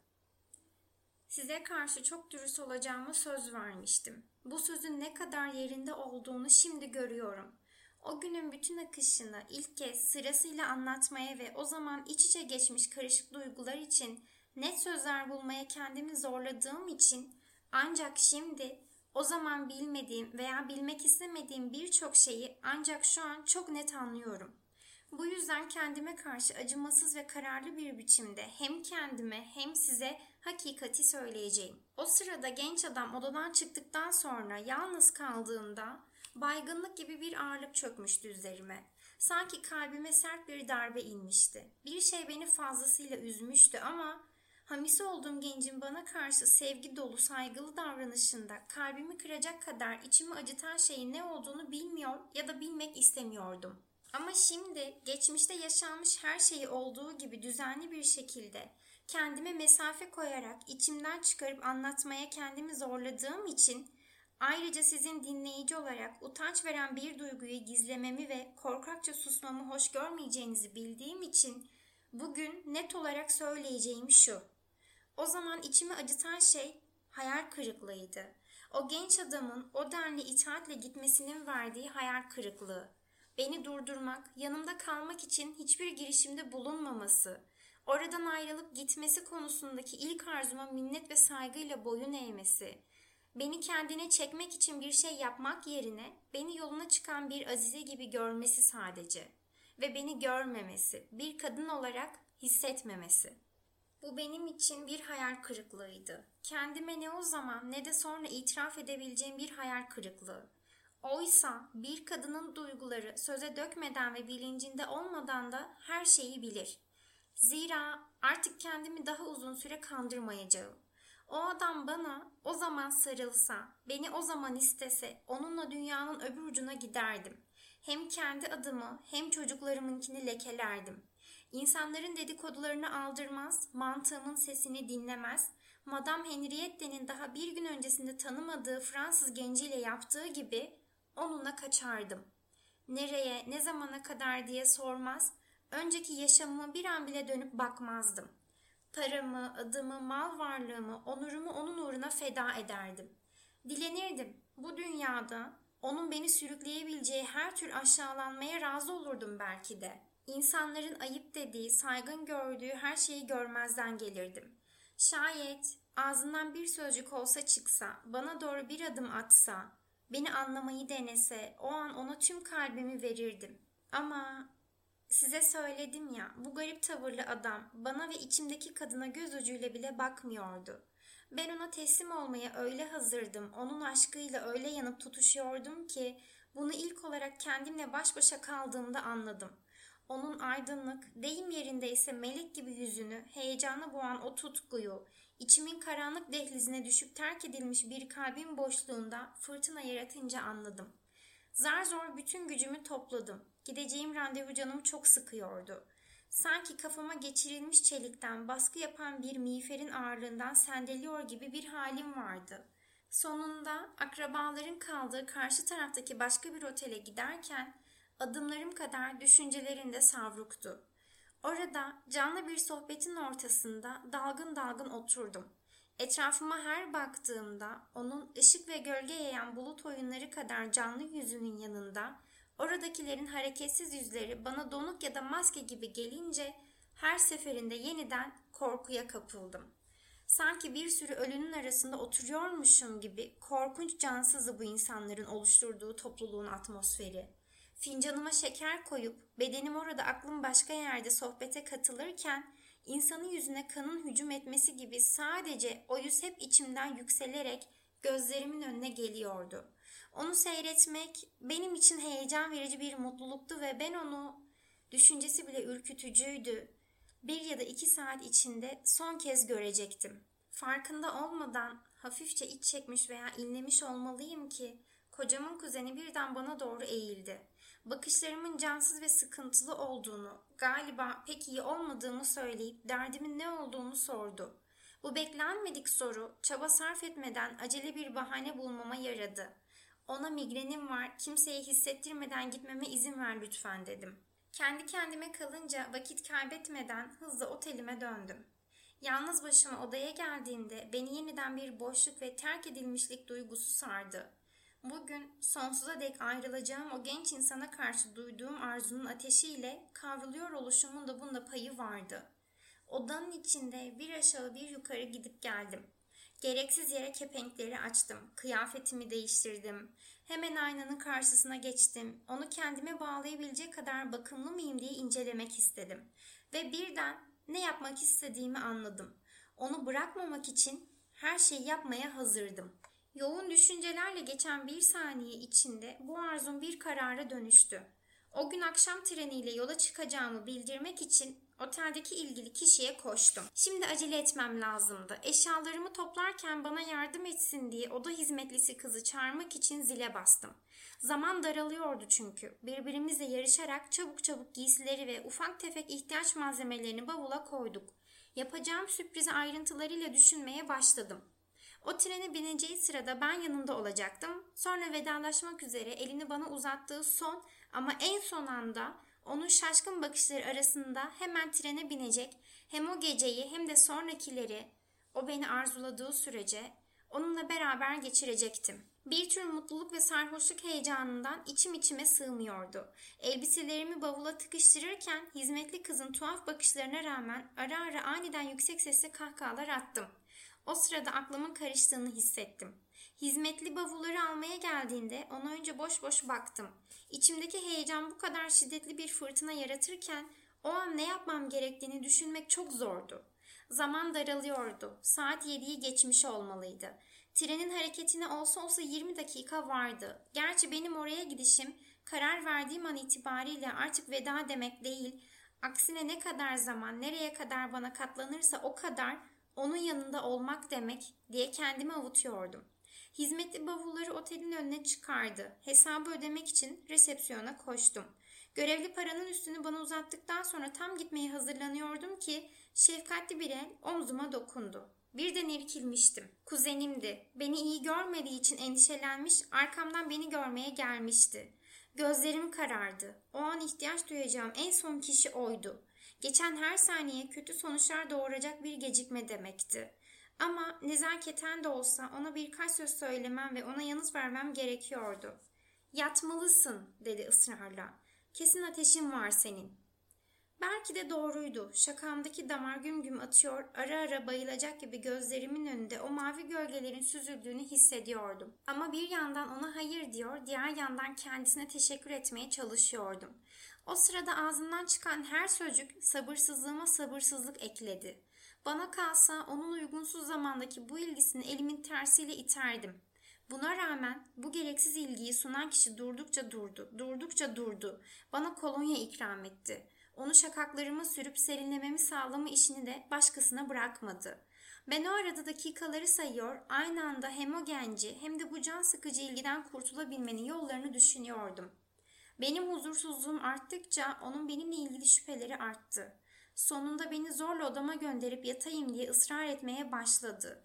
Size karşı çok dürüst olacağıma söz vermiştim. Bu sözün ne kadar yerinde olduğunu şimdi görüyorum. O günün bütün akışını ilk kez sırasıyla anlatmaya ve o zaman iç içe geçmiş karışık duygular için net sözler bulmaya kendimi zorladığım için ancak şimdi o zaman bilmediğim veya bilmek istemediğim birçok şeyi ancak şu an çok net anlıyorum. Bu yüzden kendime karşı acımasız ve kararlı bir biçimde hem kendime hem size hakikati söyleyeceğim. O sırada genç adam odadan çıktıktan sonra yalnız kaldığımda baygınlık gibi bir ağırlık çökmüştü üzerime. Sanki kalbime sert bir darbe inmişti. Bir şey beni fazlasıyla üzmüştü ama hamisi olduğum gencin bana karşı sevgi dolu, saygılı davranışında kalbimi kıracak kadar içimi acıtan şeyin ne olduğunu bilmiyor ya da bilmek istemiyordum. Ama şimdi geçmişte yaşanmış her şeyi olduğu gibi düzenli bir şekilde kendime mesafe koyarak içimden çıkarıp anlatmaya kendimi zorladığım için ayrıca sizin dinleyici olarak utanç veren bir duyguyu gizlememi ve korkakça susmamı hoş görmeyeceğinizi bildiğim için bugün net olarak söyleyeceğim şu. O zaman içimi acıtan şey hayal kırıklığıydı. O genç adamın o denli itaatle gitmesinin verdiği hayal kırıklığı. Beni durdurmak, yanımda kalmak için hiçbir girişimde bulunmaması, oradan ayrılıp gitmesi konusundaki ilk arzuma minnet ve saygıyla boyun eğmesi, beni kendine çekmek için bir şey yapmak yerine beni yoluna çıkan bir azize gibi görmesi sadece ve beni görmemesi, bir kadın olarak hissetmemesi. Bu benim için bir hayal kırıklığıydı. Kendime ne o zaman ne de sonra itiraf edebileceğim bir hayal kırıklığı. Oysa bir kadının duyguları söze dökmeden ve bilincinde olmadan da her şeyi bilir. Zira artık kendimi daha uzun süre kandırmayacağım. O adam bana o zaman sarılsa, beni o zaman istese, onunla dünyanın öbür ucuna giderdim. Hem kendi adımı hem çocuklarımınkini lekelerdim. İnsanların dedikodularını aldırmaz, mantığımın sesini dinlemez, Madame Henriette'nin daha bir gün öncesinde tanımadığı Fransız genciyle yaptığı gibi onunla kaçardım. Nereye, ne zamana kadar diye sormaz, önceki yaşamıma bir an bile dönüp bakmazdım. Paramı, adımı, mal varlığımı, onurumu onun uğruna feda ederdim. Dilenirdim. Bu dünyada onun beni sürükleyebileceği her tür aşağılanmaya razı olurdum belki de. İnsanların ayıp dediği, saygın gördüğü her şeyi görmezden gelirdim. Şayet ağzından bir sözcük olsa çıksa, bana doğru bir adım atsa, beni anlamayı denese, o an ona tüm kalbimi verirdim. Ama Size söyledim ya, bu garip tavırlı adam bana ve içimdeki kadına göz ucuyla bile bakmıyordu. Ben ona teslim olmaya öyle hazırdım, onun aşkıyla öyle yanıp tutuşuyordum ki bunu ilk olarak kendimle baş başa kaldığımda anladım. Onun aydınlık, deyim yerindeyse melek gibi yüzünü, heyecanı boğan o tutkuyu, içimin karanlık dehlizine düşüp terk edilmiş bir kalbin boşluğunda fırtına yaratınca anladım. Zar zor bütün gücümü topladım. Gideceğim randevu canımı çok sıkıyordu. Sanki kafama geçirilmiş çelikten baskı yapan bir miğferin ağırlığından sendeliyor gibi bir halim vardı. Sonunda akrabaların kaldığı karşı taraftaki başka bir otele giderken adımlarım kadar düşüncelerim de savruktu. Orada canlı bir sohbetin ortasında dalgın dalgın oturdum. Etrafıma her baktığımda onun ışık ve gölge yayan bulut oyunları kadar canlı yüzünün yanında oradakilerin hareketsiz yüzleri bana donuk ya da maske gibi gelince her seferinde yeniden korkuya kapıldım. Sanki bir sürü ölünün arasında oturuyormuşum gibi korkunç cansızdı bu insanların oluşturduğu topluluğun atmosferi. Fincanıma şeker koyup bedenim orada aklım başka yerde sohbete katılırken insanın yüzüne kanın hücum etmesi gibi sadece o yüz hep içimden yükselerek gözlerimin önüne geliyordu. Onu seyretmek benim için heyecan verici bir mutluluktu ve ben onu, düşüncesi bile ürkütücüydü, 1 ya da 2 saat içinde son kez görecektim. Farkında olmadan hafifçe iç çekmiş veya inlemiş olmalıyım ki kocamın kuzeni birden bana doğru eğildi. Bakışlarımın cansız ve sıkıntılı olduğunu, galiba pek iyi olmadığımı söyleyip derdimin ne olduğunu sordu. Bu beklenmedik soru çaba sarf etmeden acele bir bahane bulmama yaradı. Ona migrenim var, kimseye hissettirmeden gitmeme izin ver lütfen dedim. Kendi kendime kalınca vakit kaybetmeden hızla otelime döndüm. Yalnız başıma odaya geldiğimde beni yeniden bir boşluk ve terk edilmişlik duygusu sardı. Bugün sonsuza dek ayrılacağım o genç insana karşı duyduğum arzunun ateşiyle kavruluyor oluşumun da bunda payı vardı. Odanın içinde bir aşağı bir yukarı gidip geldim. Gereksiz yere kepenkleri açtım, kıyafetimi değiştirdim. Hemen aynanın karşısına geçtim. Onu kendime bağlayabilecek kadar bakımlı mıyım diye incelemek istedim. Ve birden ne yapmak istediğimi anladım. Onu bırakmamak için her şeyi yapmaya hazırdım. Yoğun düşüncelerle geçen 1 saniye içinde bu arzum bir karara dönüştü. O gün akşam treniyle yola çıkacağımı bildirmek için oteldeki ilgili kişiye koştum. Şimdi acele etmem lazımdı. Eşyalarımı toplarken bana yardım etsin diye oda hizmetlisi kızı çağırmak için zile bastım. Zaman daralıyordu çünkü. Birbirimizle yarışarak çabuk çabuk giysileri ve ufak tefek ihtiyaç malzemelerini bavula koyduk. Yapacağım sürprizi ayrıntılarıyla düşünmeye başladım. O trene bineceği sırada ben yanında olacaktım. Sonra vedalaşmak üzere elini bana uzattığı son ama en son anda onun şaşkın bakışları arasında hemen trene binecek, hem o geceyi hem de sonrakileri o beni arzuladığı sürece onunla beraber geçirecektim. Bir tür mutluluk ve sarhoşluk heyecanından içim içime sığmıyordu. Elbiselerimi bavula tıkıştırırken hizmetli kızın tuhaf bakışlarına rağmen ara ara aniden yüksek sesle kahkahalar attım. O sırada aklımın karıştığını hissettim. Hizmetli bavulları almaya geldiğinde ona önce boş boş baktım. İçimdeki heyecan bu kadar şiddetli bir fırtına yaratırken o an ne yapmam gerektiğini düşünmek çok zordu. Zaman daralıyordu. Saat 7'yi geçmiş olmalıydı. Trenin hareketine olsa olsa 20 dakika vardı. Gerçi benim oraya gidişim karar verdiğim an itibariyle artık veda demek değil. Aksine ne kadar zaman, nereye kadar bana katlanırsa o kadar onun yanında olmak demek diye kendimi avutuyordum. Hizmetli bavulları otelin önüne çıkardı. Hesabı ödemek için resepsiyona koştum. Görevli paranın üstünü bana uzattıktan sonra tam gitmeye hazırlanıyordum ki şefkatli bir el omzuma dokundu. Birden irkilmiştim. Kuzenimdi. Beni iyi görmediği için endişelenmiş, arkamdan beni görmeye gelmişti. Gözlerim karardı. O an ihtiyaç duyacağım en son kişi oydu. Geçen her saniye kötü sonuçlar doğuracak bir gecikme demekti. Ama nezaketen de olsa ona birkaç söz söylemem ve ona yanıt vermem gerekiyordu. "Yatmalısın," dedi ısrarla. "Kesin ateşin var senin." Belki de doğruydu. Şakamdaki damar güm güm atıyor, ara ara bayılacak gibi gözlerimin önünde o mavi gölgelerin süzüldüğünü hissediyordum. Ama bir yandan ona hayır diyor, diğer yandan kendisine teşekkür etmeye çalışıyordum. O sırada ağzından çıkan her sözcük sabırsızlığıma sabırsızlık ekledi. Bana kalsa onun uygunsuz zamandaki bu ilgisini elimin tersiyle iterdim. Buna rağmen bu gereksiz ilgiyi sunan kişi durdukça durdu. Bana kolonya ikram etti. Onu şakaklarıma sürüp serinlememi sağlama işini de başkasına bırakmadı. Ben o arada dakikaları sayıyor, aynı anda hem o genci hem de bu can sıkıcı ilgiden kurtulabilmenin yollarını düşünüyordum. Benim huzursuzluğum arttıkça onun benimle ilgili şüpheleri arttı. Sonunda beni zorla odama gönderip yatayım diye ısrar etmeye başladı.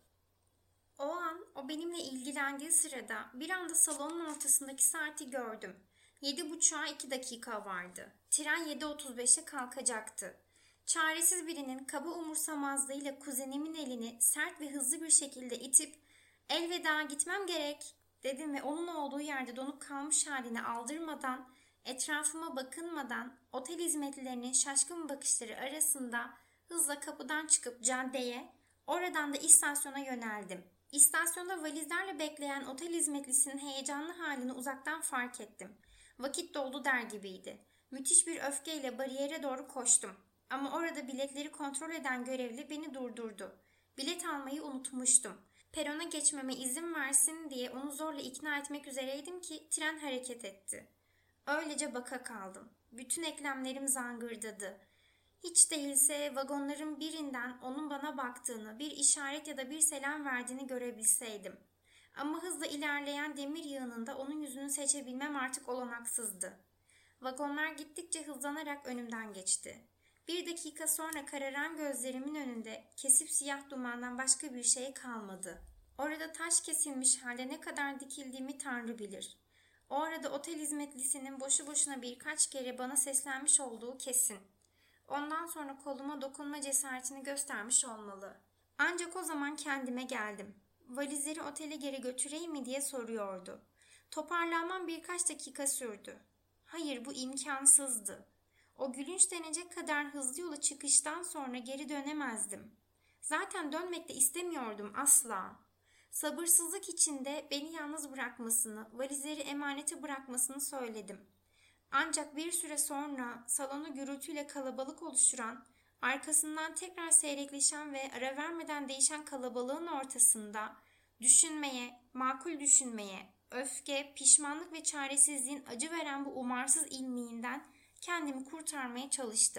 O an o benimle ilgilendiği sırada bir anda salonun ortasındaki saati gördüm. 7.30'a 2 dakika vardı. Tren 7.35'e kalkacaktı. Çaresiz birinin kaba umursamazlığıyla kuzenimin elini sert ve hızlı bir şekilde itip "Elveda, gitmem gerek," dedim ve onun olduğu yerde donup kalmış halini aldırmadan, etrafıma bakınmadan otel hizmetlilerinin şaşkın bakışları arasında hızla kapıdan çıkıp caddeye, oradan da istasyona yöneldim. İstasyonda valizlerle bekleyen otel hizmetlisinin heyecanlı halini uzaktan fark ettim. Vakit doldu der gibiydi. Müthiş bir öfkeyle bariyere doğru koştum. Ama orada biletleri kontrol eden görevli beni durdurdu. Bilet almayı unutmuştum. Perona geçmeme izin versin diye onu zorla ikna etmek üzereydim ki tren hareket etti. Öylece baka kaldım. Bütün eklemlerim zangırdadı. Hiç değilse vagonların birinden onun bana baktığını, bir işaret ya da bir selam verdiğini görebilseydim. Ama hızla ilerleyen demir yığınında onun yüzünü seçebilmem artık olanaksızdı. Vagonlar gittikçe hızlanarak önümden geçti. 1 dakika sonra kararan gözlerimin önünde kesip siyah dumandan başka bir şey kalmadı. Orada taş kesilmiş halde ne kadar dikildiğimi Tanrı bilir. O arada otel hizmetlisinin boşu boşuna birkaç kere bana seslenmiş olduğu kesin. Ondan sonra koluma dokunma cesaretini göstermiş olmalı. Ancak o zaman kendime geldim. Valizleri otele geri götüreyim mi diye soruyordu. Toparlanmam birkaç dakika sürdü. Hayır, bu imkansızdı. O gülünç denecek kadar hızlı yola çıkıştan sonra geri dönemezdim. Zaten dönmek de istemiyordum asla. Sabırsızlık içinde beni yalnız bırakmasını, valizleri emanete bırakmasını söyledim. Ancak bir süre sonra salonu gürültüyle kalabalık oluşturan, arkasından tekrar seyrekleşen ve ara vermeden değişen kalabalığın ortasında düşünmeye, makul düşünmeye, öfke, pişmanlık ve çaresizliğin acı veren bu umarsız ilmiğinden kendimi kurtarmaya çalıştım.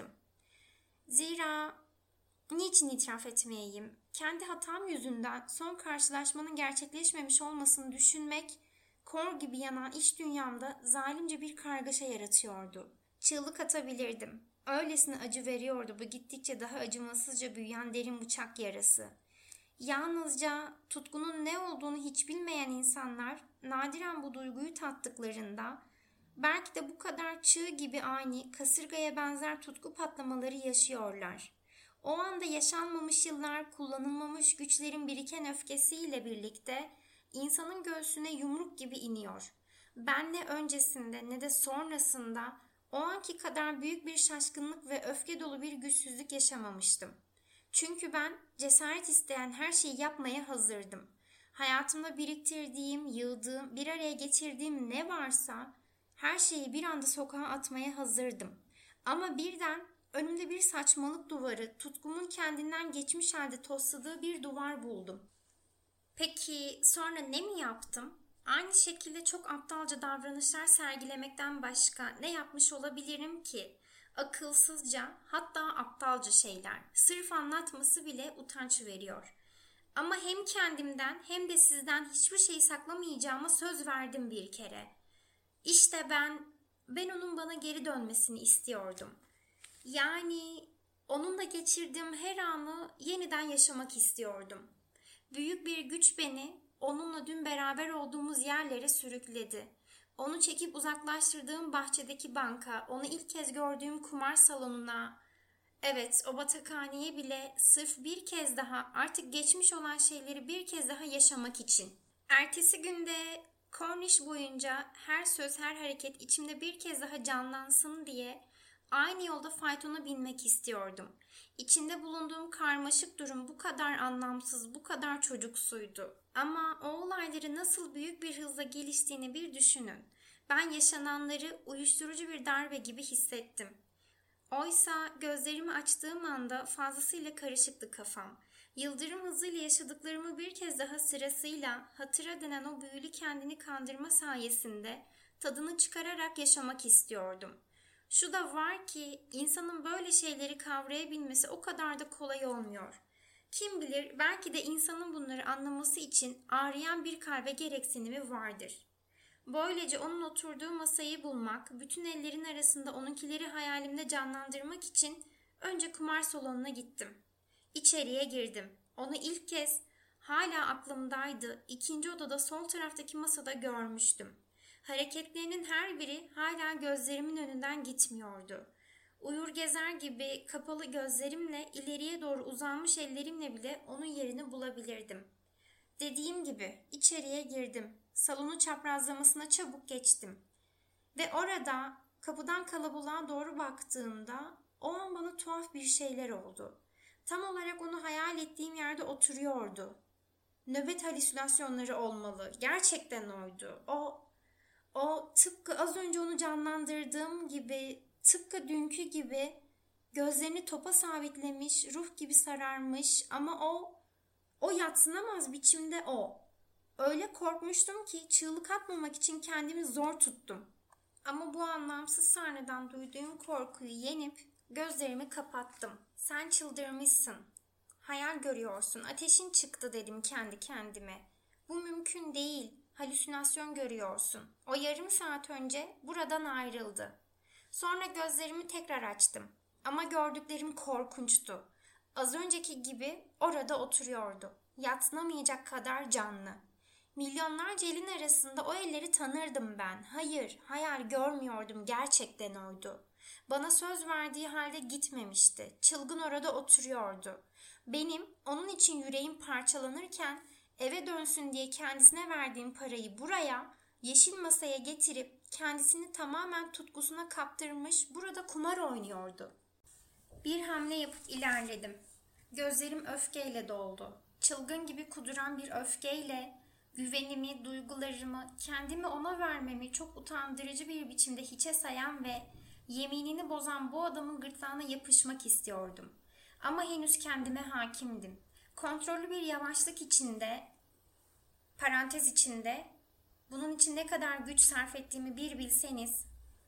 Zira niçin itiraf etmeyeyim? Kendi hatam yüzünden son karşılaşmanın gerçekleşmemiş olmasını düşünmek, kor gibi yanan iç dünyamda zalimce bir kargaşa yaratıyordu. Çığlık atabilirdim. Öylesine acı veriyordu bu gittikçe daha acımasızca büyüyen derin bıçak yarası. Yalnızca tutkunun ne olduğunu hiç bilmeyen insanlar nadiren bu duyguyu tattıklarında belki de bu kadar çığ gibi ani, kasırgaya benzer tutku patlamaları yaşıyorlar. O anda yaşanmamış yıllar, kullanılmamış güçlerin biriken öfkesiyle birlikte insanın göğsüne yumruk gibi iniyor. Ben ne öncesinde ne de sonrasında o anki kadar büyük bir şaşkınlık ve öfke dolu bir güçsüzlük yaşamamıştım. Çünkü ben cesaret isteyen her şeyi yapmaya hazırdım. Hayatımda biriktirdiğim, yığdığım, bir araya getirdiğim ne varsa her şeyi bir anda sokağa atmaya hazırdım. Ama birden önümde bir saçmalık duvarı, tutkumun kendinden geçmiş halde tosladığı bir duvar buldum. Peki sonra ne mi yaptım? Aynı şekilde çok aptalca davranışlar sergilemekten başka ne yapmış olabilirim ki? Akılsızca, hatta aptalca şeyler. Sırf anlatması bile utanç veriyor. Ama hem kendimden hem de sizden hiçbir şey saklamayacağıma söz verdim bir kere. İşte ben onun bana geri dönmesini istiyordum. Yani onunla geçirdiğim her anı yeniden yaşamak istiyordum. Büyük bir güç beni onunla dün beraber olduğumuz yerlere sürükledi. Onu çekip uzaklaştırdığım bahçedeki banka, onu ilk kez gördüğüm kumar salonuna, evet o batakhaneye bile sırf bir kez daha artık geçmiş olan şeyleri bir kez daha yaşamak için. Ertesi günde Cornish boyunca her söz her hareket içimde bir kez daha canlansın diye aynı yolda faytona binmek istiyordum. İçinde bulunduğum karmaşık durum bu kadar anlamsız, bu kadar çocuksuydu. Ama o olayları nasıl büyük bir hızla geliştiğini bir düşünün. Ben yaşananları uyuşturucu bir darbe gibi hissettim. Oysa gözlerimi açtığım anda fazlasıyla karışıktı kafam. Yıldırım hızıyla yaşadıklarımı bir kez daha sırasıyla hatıra denen o büyülü kendini kandırma sayesinde tadını çıkararak yaşamak istiyordum. Şu da var ki insanın böyle şeyleri kavrayabilmesi o kadar da kolay olmuyor. Kim bilir belki de insanın bunları anlaması için ağrıyan bir kalbe gereksinimi vardır. Böylece onun oturduğu masayı bulmak, bütün ellerin arasında onunkileri hayalimde canlandırmak için önce kumar salonuna gittim. İçeriye girdim. Onu ilk kez hala aklımdaydı. İkinci odada sol taraftaki masada görmüştüm. Hareketlerinin her biri hala gözlerimin önünden gitmiyordu. Uyur gezer gibi kapalı gözlerimle ileriye doğru uzanmış ellerimle bile onun yerini bulabilirdim. Dediğim gibi içeriye girdim. Salonu çaprazlamasına çabuk geçtim. Ve orada kapıdan kalabalığa doğru baktığımda o an bana tuhaf bir şeyler oldu. Tam olarak onu hayal ettiğim yerde oturuyordu. Nöbet halüsinasyonları olmalı. Gerçekten oydu. O tıpkı az önce onu canlandırdığım gibi, tıpkı dünkü gibi gözlerini topa sabitlemiş, ruh gibi sararmış ama o yadsınamaz biçimde o. Öyle korkmuştum ki çığlık atmamak için kendimi zor tuttum. Ama bu anlamsız sahneden duyduğum korkuyu yenip gözlerimi kapattım. Sen çıldırmışsın. Hayal görüyorsun. Ateşin çıktı dedim kendi kendime. Bu mümkün değil. Halüsinasyon görüyorsun. O yarım saat önce buradan ayrıldı. Sonra gözlerimi tekrar açtım. Ama gördüklerim korkunçtu. Az önceki gibi orada oturuyordu. Yatsınamayacak kadar canlı. Milyonlarca elin arasında o elleri tanırdım ben. Hayır, hayal görmüyordum. Gerçekten oydu. Bana söz verdiği halde gitmemişti. Çılgın orada oturuyordu. Benim onun için yüreğim parçalanırken eve dönsün diye kendisine verdiğim parayı buraya, yeşil masaya getirip kendisini tamamen tutkusuna kaptırmış burada kumar oynuyordu. Bir hamle yapıp ilerledim. Gözlerim öfkeyle doldu. Çılgın gibi kuduran bir öfkeyle güvenimi, duygularımı, kendimi ona vermemi çok utandırıcı bir biçimde hiçe sayan ve yeminini bozan bu adamın gırtlağına yapışmak istiyordum. Ama henüz kendime hakimdim. Kontrollü bir yavaşlık içinde, parantez içinde, bunun için ne kadar güç sarf ettiğimi bir bilseniz,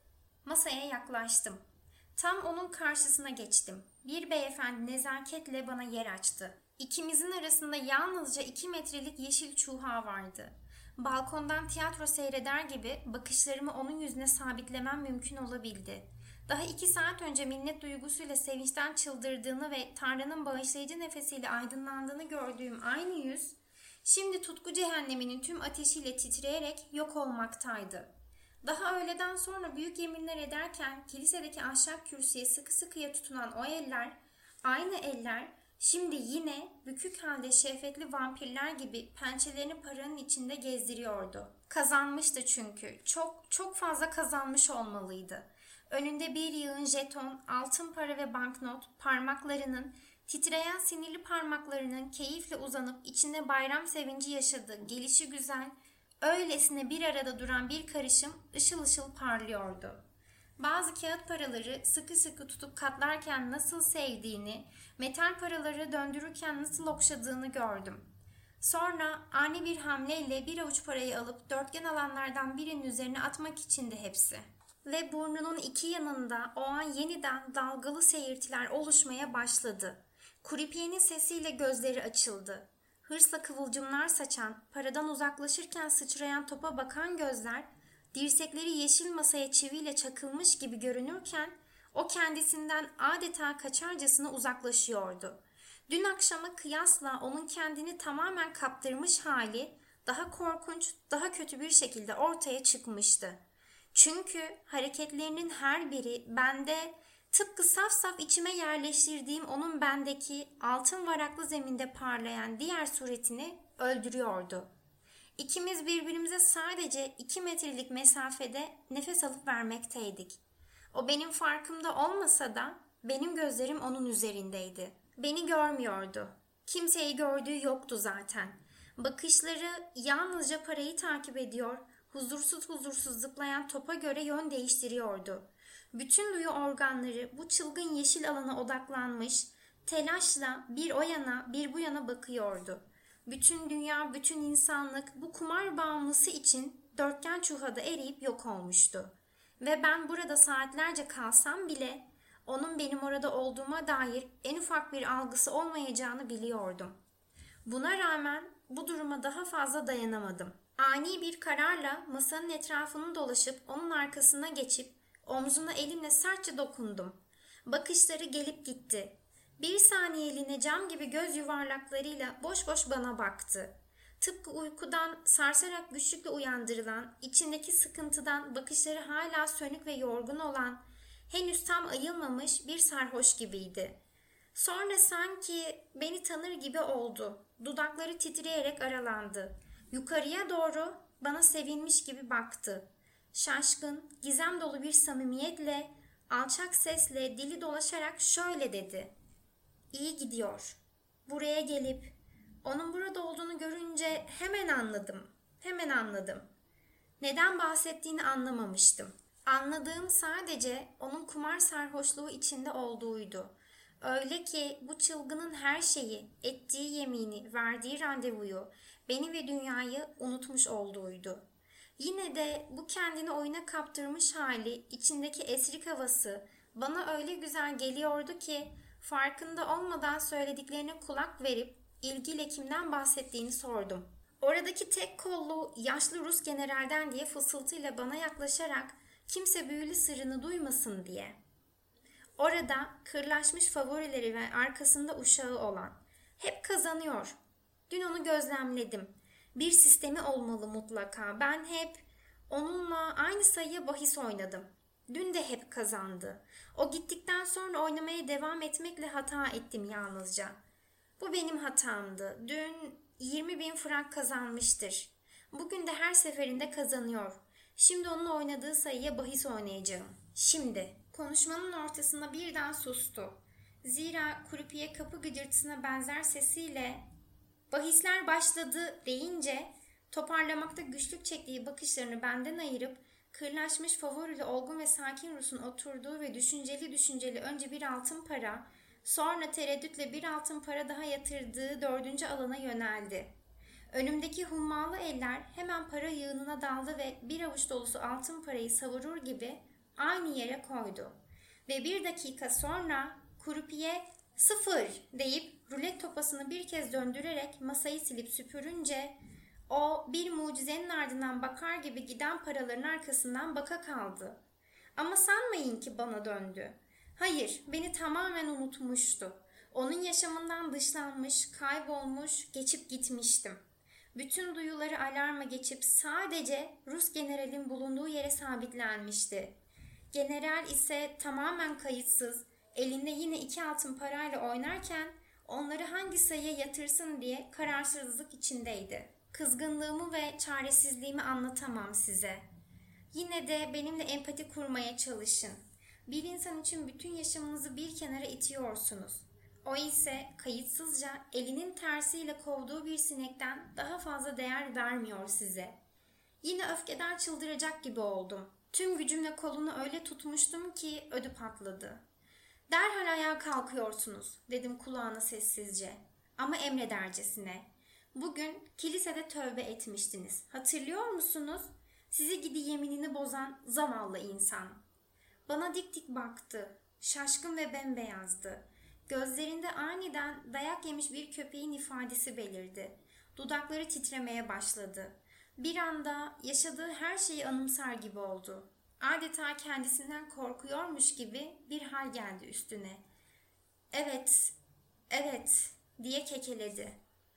masaya yaklaştım. Tam onun karşısına geçtim. Bir beyefendi nezaketle bana yer açtı. İkimizin arasında yalnızca 2 metrelik yeşil çuha vardı. Balkondan tiyatro seyreder gibi bakışlarımı onun yüzüne sabitlemem mümkün olabildi. Daha 2 saat önce minnet duygusuyla sevinçten çıldırdığını ve Tanrı'nın bağışlayıcı nefesiyle aydınlandığını gördüğüm aynı yüz, şimdi tutku cehenneminin tüm ateşiyle titreyerek yok olmaktaydı. Daha öğleden sonra büyük yeminler ederken kilisedeki ahşap kürsüye sıkı sıkıya tutunan o eller, aynı eller, şimdi yine bükük halde şehvetli vampirler gibi pençelerini paranın içinde gezdiriyordu. Kazanmıştı çünkü. Çok fazla kazanmış olmalıydı. Önünde bir yığın jeton, altın para ve banknot, parmaklarının, titreyen sinirli parmaklarının keyifle uzanıp içinde bayram sevinci yaşadığı gelişi güzel, öylesine bir arada duran bir karışım ışıl ışıl parlıyordu. Bazı kağıt paraları sıkı sıkı tutup katlarken nasıl sevdiğini, metal paraları döndürürken nasıl okşadığını gördüm. Sonra ani bir hamleyle bir avuç parayı alıp dörtgen alanlardan birinin üzerine atmak içindi hepsi. Ve burnunun iki yanında o an yeniden dalgalı seyirtiler oluşmaya başladı. Kuripiyenin sesiyle gözleri açıldı. Hırsla kıvılcımlar saçan, paradan uzaklaşırken sıçrayan topa bakan gözler, dirsekleri yeşil masaya çiviyle çakılmış gibi görünürken, o kendisinden adeta kaçarcasına uzaklaşıyordu. Dün akşama kıyasla onun kendini tamamen kaptırmış hali, daha korkunç, daha kötü bir şekilde ortaya çıkmıştı. Çünkü hareketlerinin her biri bende, tıpkı saf saf içime yerleştirdiğim onun bendeki altın varaklı zeminde parlayan diğer suretini öldürüyordu. İkimiz birbirimize sadece 2 metrelik mesafede nefes alıp vermekteydik. O benim farkımda olmasa da benim gözlerim onun üzerindeydi. Beni görmüyordu. Kimseyi gördüğü yoktu zaten. Bakışları yalnızca parayı takip ediyor, huzursuz huzursuz zıplayan topa göre yön değiştiriyordu. Bütün duyu organları bu çılgın yeşil alana odaklanmış, telaşla bir o yana bir bu yana bakıyordu. Bütün dünya, bütün insanlık bu kumar bağımlısı için dörtgen çuhada eriyip yok olmuştu. Ve ben burada saatlerce kalsam bile onun benim orada olduğuma dair en ufak bir algısı olmayacağını biliyordum. Buna rağmen bu duruma daha fazla dayanamadım. Ani bir kararla masanın etrafını dolaşıp onun arkasına geçip omzuna elimle sertçe dokundum. Bakışları gelip gitti. Bir saniyeliğine cam gibi göz yuvarlaklarıyla boş boş bana baktı. Tıpkı uykudan sarsarak güçlükle uyandırılan, içindeki sıkıntıdan bakışları hala sönük ve yorgun olan, henüz tam ayılmamış bir sarhoş gibiydi. Sonra sanki beni tanır gibi oldu. Dudakları titreyerek aralandı. Yukarıya doğru bana sevinmiş gibi baktı. Şaşkın, gizem dolu bir samimiyetle, alçak sesle dili dolaşarak şöyle dedi. İyi gidiyor. Buraya gelip onun burada olduğunu görünce hemen anladım. Neden bahsettiğini anlamamıştım. Anladığım sadece onun kumar sarhoşluğu içinde olduğuydu. Öyle ki bu çılgının her şeyi, ettiği yemini, verdiği randevuyu, beni ve dünyayı unutmuş olduğuydu. Yine de bu kendini oyuna kaptırmış hali, içindeki esrik havası bana öyle güzel geliyordu ki farkında olmadan söylediklerine kulak verip ilgiyle kimden bahsettiğini sordum. Oradaki tek kollu yaşlı Rus generalden diye fısıltıyla bana yaklaşarak kimse büyülü sırrını duymasın diye. Orada kırlaşmış favorileri ve arkasında uşağı olan. Hep kazanıyor. Dün onu gözlemledim. Bir sistemi olmalı mutlaka. Ben hep onunla aynı sayıya bahis oynadım. Dün de hep kazandı. O gittikten sonra oynamaya devam etmekle hata ettim yalnızca. Bu benim hatamdı. Dün 20.000 frank kazanmıştır. Bugün de her seferinde kazanıyor. Şimdi onunla oynadığı sayıya bahis oynayacağım. Şimdi. Konuşmanın ortasında birden sustu. Zira krupiye kapı gıcırtısına benzer sesiyle "Bahisler başladı" deyince toparlamakta güçlük çektiği bakışlarını benden ayırıp kırlaşmış favorili olgun ve sakin Rus'un oturduğu ve düşünceli önce bir altın para, sonra tereddütle bir altın para daha yatırdığı dördüncü alana yöneldi. Önümdeki hummalı eller hemen para yığınına daldı ve bir avuç dolusu altın parayı savurur gibi aynı yere koydu. Ve bir dakika sonra krupiye "sıfır" deyip rulet topasını bir kez döndürerek masayı silip süpürünce o bir mucizenin ardından bakar gibi giden paraların arkasından baka kaldı. Ama sanmayın ki bana döndü. Hayır, beni tamamen unutmuştu. Onun yaşamından dışlanmış, kaybolmuş, geçip gitmiştim. Bütün duyuları alarma geçip sadece Rus generalin bulunduğu yere sabitlenmişti. General ise tamamen kayıtsız, elinde yine 2 altın parayla oynarken onları hangi sayıya yatırsın diye kararsızlık içindeydi. Kızgınlığımı ve çaresizliğimi anlatamam size. Yine de benimle empati kurmaya çalışın. Bir insan için bütün yaşamınızı bir kenara itiyorsunuz. O ise kayıtsızca elinin tersiyle kovduğu bir sinekten daha fazla değer vermiyor size. Yine öfkeden çıldıracak gibi oldum. Tüm gücümle kolunu öyle tutmuştum ki ödü patladı. "Derhal ayağa kalkıyorsunuz," dedim kulağına sessizce. Ama emredercesine. "Bugün kilisede tövbe etmiştiniz. Hatırlıyor musunuz? Sizi gidi yeminini bozan zavallı insan." Bana dik dik baktı. Şaşkın ve bembeyazdı. Gözlerinde aniden dayak yemiş bir köpeğin ifadesi belirdi. Dudakları titremeye başladı. Bir anda yaşadığı her şeyi anımsar gibi oldu. Adeta kendisinden korkuyormuş gibi bir hal geldi üstüne. Evet," diye kekeledi.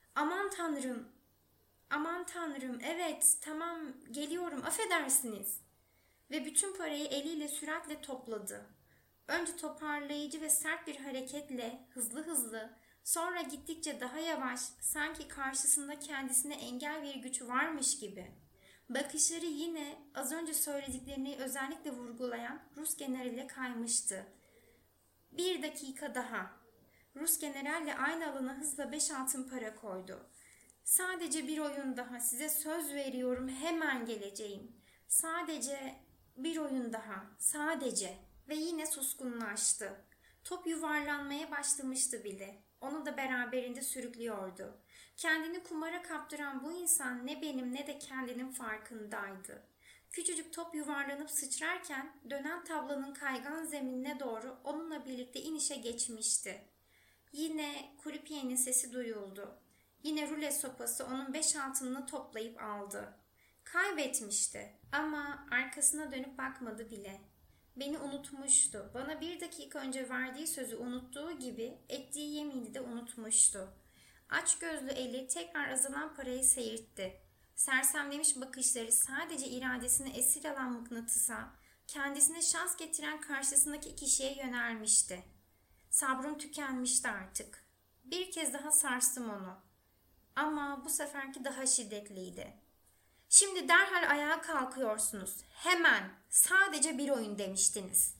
Aman tanrım, evet, tamam, geliyorum, affedersiniz." Ve bütün parayı eliyle süratle topladı. Önce toparlayıcı ve sert bir hareketle hızlı, sonra gittikçe daha yavaş, sanki karşısında kendisine engel bir güç varmış gibi. Bakışları yine az önce söylediklerini özellikle vurgulayan Rus generale kaymıştı. Bir dakika daha. Rus generalle aynı alana hızla 5 altın para koydu. Sadece bir oyun daha, size söz veriyorum, hemen geleceğim. Sadece bir oyun daha, sadece. Ve yine suskunlaştı. Top yuvarlanmaya başlamıştı bile. Onu da beraberinde sürüklüyordu. Kendini kumara kaptıran bu insan ne benim ne de kendinin farkındaydı. Küçücük top yuvarlanıp sıçrarken dönen tablanın kaygan zeminine doğru onunla birlikte inişe geçmişti. Yine Kurupier'in sesi duyuldu. Yine rulet sopası onun 5 altınını toplayıp aldı. Kaybetmişti ama arkasına dönüp bakmadı bile. Beni unutmuştu. Bana 1 dakika önce verdiği sözü unuttuğu gibi ettiği yemini de unutmuştu. Açgözlü eli tekrar azalan parayı seyirtti. Sersemlemiş bakışları sadece iradesini esir alan mıknatısa, kendisine şans getiren karşısındaki kişiye yönelmişti. Sabrım tükenmişti artık. Bir kez daha sarstım onu. Ama bu seferki daha şiddetliydi. Şimdi derhal ayağa kalkıyorsunuz. Hemen. Sadece bir oyun demiştiniz.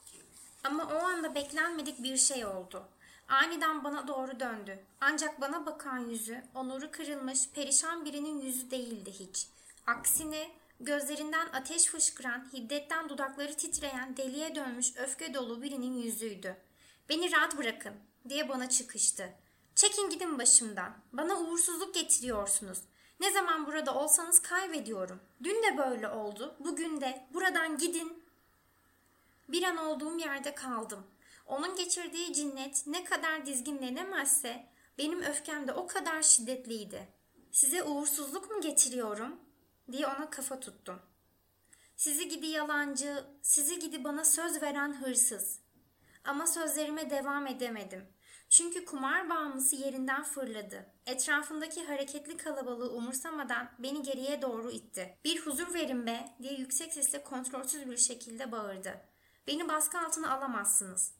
Ama o anda beklenmedik bir şey oldu. Aniden bana doğru döndü. Ancak bana bakan yüzü, onuru kırılmış, perişan birinin yüzü değildi hiç. Aksine gözlerinden ateş fışkıran, hiddetten dudakları titreyen, deliye dönmüş, öfke dolu birinin yüzüydü. "Beni rahat bırakın," diye bana çıkıştı. "Çekin gidin başımdan. Bana uğursuzluk getiriyorsunuz. Ne zaman burada olsanız kaybediyorum. Dün de böyle oldu, bugün de. Buradan gidin." Bir an olduğum yerde kaldım. Onun geçirdiği cinnet ne kadar dizginlenemezse benim öfkem de o kadar şiddetliydi. "Size uğursuzluk mu getiriyorum?" diye ona kafa tuttum. "Sizi gidi yalancı, sizi gidi bana söz veren hırsız." Ama sözlerime devam edemedim. Çünkü kumar bağımlısı yerinden fırladı. Etrafındaki hareketli kalabalığı umursamadan beni geriye doğru itti. "Bir huzur verin be," diye yüksek sesle kontrolsüz bir şekilde bağırdı. "Beni baskı altına alamazsınız.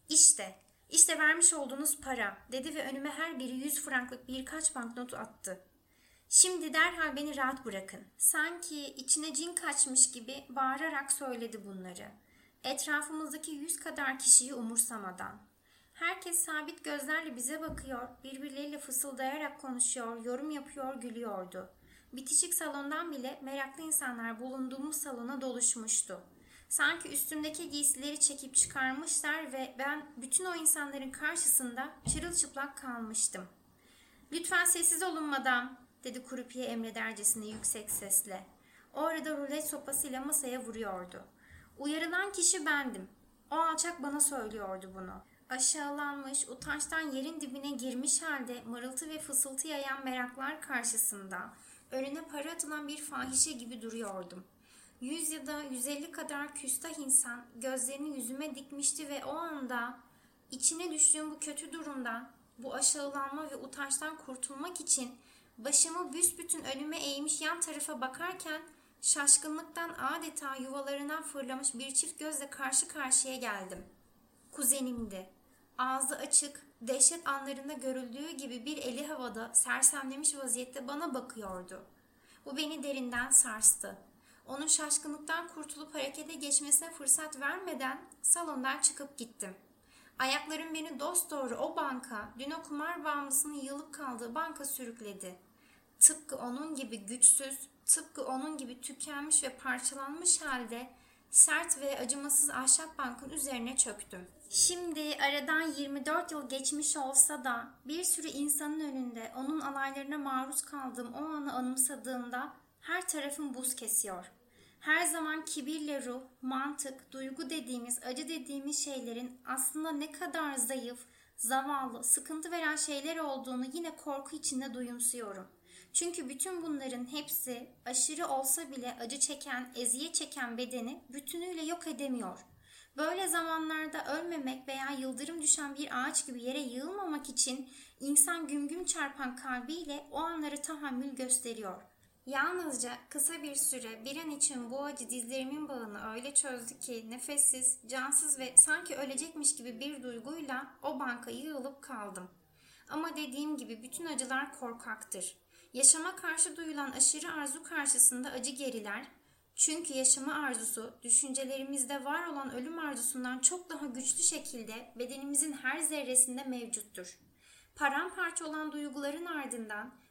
İşte vermiş olduğunuz para," dedi ve önüme her biri 100 franklık birkaç banknot attı. "Şimdi derhal beni rahat bırakın." Sanki içine cin kaçmış gibi bağırarak söyledi bunları. Etrafımızdaki 100 kadar kişiyi umursamadan. Herkes sabit gözlerle bize bakıyor, birbirleriyle fısıldayarak konuşuyor, yorum yapıyor, gülüyordu. Bitişik salondan bile meraklı insanlar bulunduğumuz salona doluşmuştu. Sanki üstümdeki giysileri çekip çıkarmışlar ve ben bütün o insanların karşısında çırılçıplak kalmıştım. "Lütfen sessiz olun madam," dedi Kurupiye emredercesine yüksek sesle. O arada rulet sopasıyla masaya vuruyordu. Uyarılan kişi bendim. O alçak bana söylüyordu bunu. Aşağılanmış, utançtan yerin dibine girmiş halde mırıltı ve fısıltı yayan meraklar karşısında önüne para atılan bir fahişe gibi duruyordum. 100 ya da 150 kadar küstah insan gözlerini yüzüme dikmişti ve o anda içine düştüğüm bu kötü durumdan, bu aşağılanma ve utançtan kurtulmak için başımı büsbütün önüme eğmiş yan tarafa bakarken şaşkınlıktan adeta yuvalarından fırlamış bir çift gözle karşı karşıya geldim. Kuzenimdi. Ağzı açık, dehşet anlarında görüldüğü gibi bir eli havada sersemlemiş vaziyette bana bakıyordu. Bu beni derinden sarstı. Onun şaşkınlıktan kurtulup harekete geçmesine fırsat vermeden salondan çıkıp gittim. Ayaklarım beni dosdoğru o banka, dün o kumar bağımlısının yığılıp kaldığı banka sürükledi. Tıpkı onun gibi güçsüz, tıpkı onun gibi tükenmiş ve parçalanmış halde sert ve acımasız ahşap bankın üzerine çöktüm. Şimdi aradan 24 yıl geçmiş olsa da bir sürü insanın önünde onun alaylarına maruz kaldığım o anı anımsadığımda her tarafım buz kesiyor. Her zaman kibirle ruh, mantık, duygu dediğimiz, acı dediğimiz şeylerin aslında ne kadar zayıf, zavallı, sıkıntı veren şeyler olduğunu yine korku içinde duyumsuyorum. Çünkü bütün bunların hepsi aşırı olsa bile acı çeken, eziyet çeken bedeni bütünüyle yok edemiyor. Böyle zamanlarda ölmemek veya yıldırım düşen bir ağaç gibi yere yığılmamak için insan güm güm çarpan kalbiyle o anları tahammül gösteriyor. Yalnızca kısa bir süre bir an için bu acı dizlerimin bağını öyle çözdü ki nefessiz, cansız ve sanki ölecekmiş gibi bir duyguyla o banka yığılıp kaldım. Ama dediğim gibi bütün acılar korkaktır. Yaşama karşı duyulan aşırı arzu karşısında acı geriler. Çünkü yaşama arzusu düşüncelerimizde var olan ölüm arzusundan çok daha güçlü şekilde bedenimizin her zerresinde mevcuttur. Paramparça olan duyguların ardından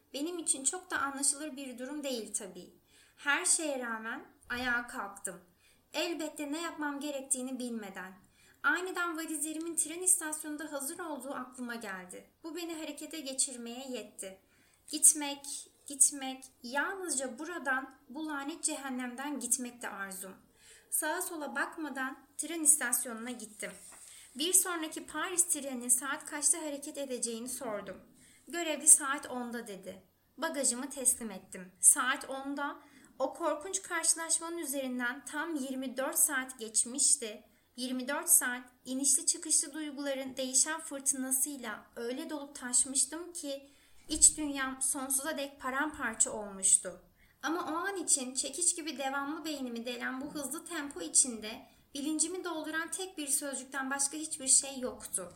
Benim için çok da anlaşılır bir durum değil tabii. Her şeye rağmen ayağa kalktım. Elbette ne yapmam gerektiğini bilmeden. Aniden valizlerimin tren istasyonunda hazır olduğu aklıma geldi. Bu beni harekete geçirmeye yetti. Gitmek, yalnızca buradan, bu lanet cehennemden gitmek de arzum. Sağa sola bakmadan tren istasyonuna gittim. Bir sonraki Paris treninin saat kaçta hareket edeceğini sordum. Görevli saat 10'da dedi. Bagajımı teslim ettim. Saat 10'da o korkunç karşılaşmanın üzerinden tam 24 saat geçmişti. 24 saat inişli çıkışlı duyguların değişen fırtınasıyla öyle dolup taşmıştım ki iç dünyam sonsuza dek paramparça olmuştu. Ama o an için çekiç gibi devamlı beynimi delen bu hızlı tempo içinde bilincimi dolduran tek bir sözcükten başka hiçbir şey yoktu.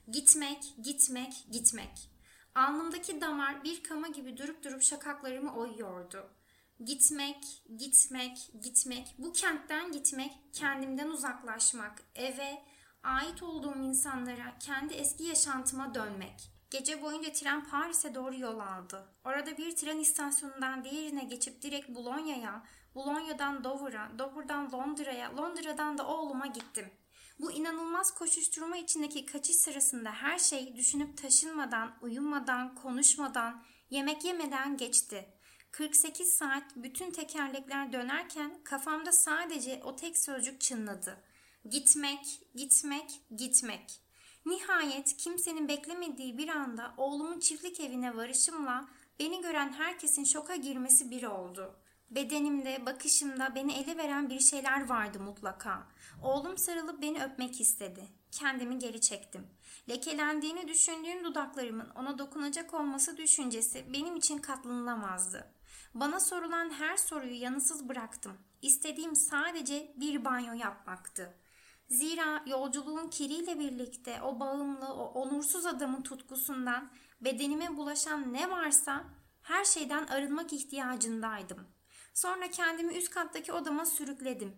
Gitmek. Alnımdaki damar bir kama gibi durup durup şakaklarımı oyuyordu. Gitmek, bu kentten gitmek, kendimden uzaklaşmak, eve, ait olduğum insanlara, kendi eski yaşantıma dönmek. Gece boyunca tren Paris'e doğru yol aldı. Orada bir tren istasyonundan diğerine geçip direkt Boulogna'ya, Boulogna'dan Dover'a, Dover'dan Londra'ya, Londra'dan da oğluma gittim. Bu inanılmaz koşuşturma içindeki kaçış sırasında her şey düşünüp taşınmadan, uyumadan, konuşmadan, yemek yemeden geçti. 48 saat bütün tekerlekler dönerken kafamda sadece o tek sözcük çınladı. Gitmek. Nihayet kimsenin beklemediği bir anda oğlumun çiftlik evine varışımla beni gören herkesin şoka girmesi bir oldu. Bedenimde, bakışımda beni ele veren bir şeyler vardı mutlaka. Oğlum sarılıp beni öpmek istedi. Kendimi geri çektim. Lekelendiğini düşündüğüm dudaklarımın ona dokunacak olması düşüncesi benim için katlanılamazdı. Bana sorulan her soruyu yanıtsız bıraktım. İstediğim sadece bir banyo yapmaktı. Zira yolculuğun kiriyle birlikte o bağımlı, o onursuz adamın tutkusundan bedenime bulaşan ne varsa her şeyden arınmak ihtiyacındaydım. Sonra kendimi üst kattaki odama sürükledim.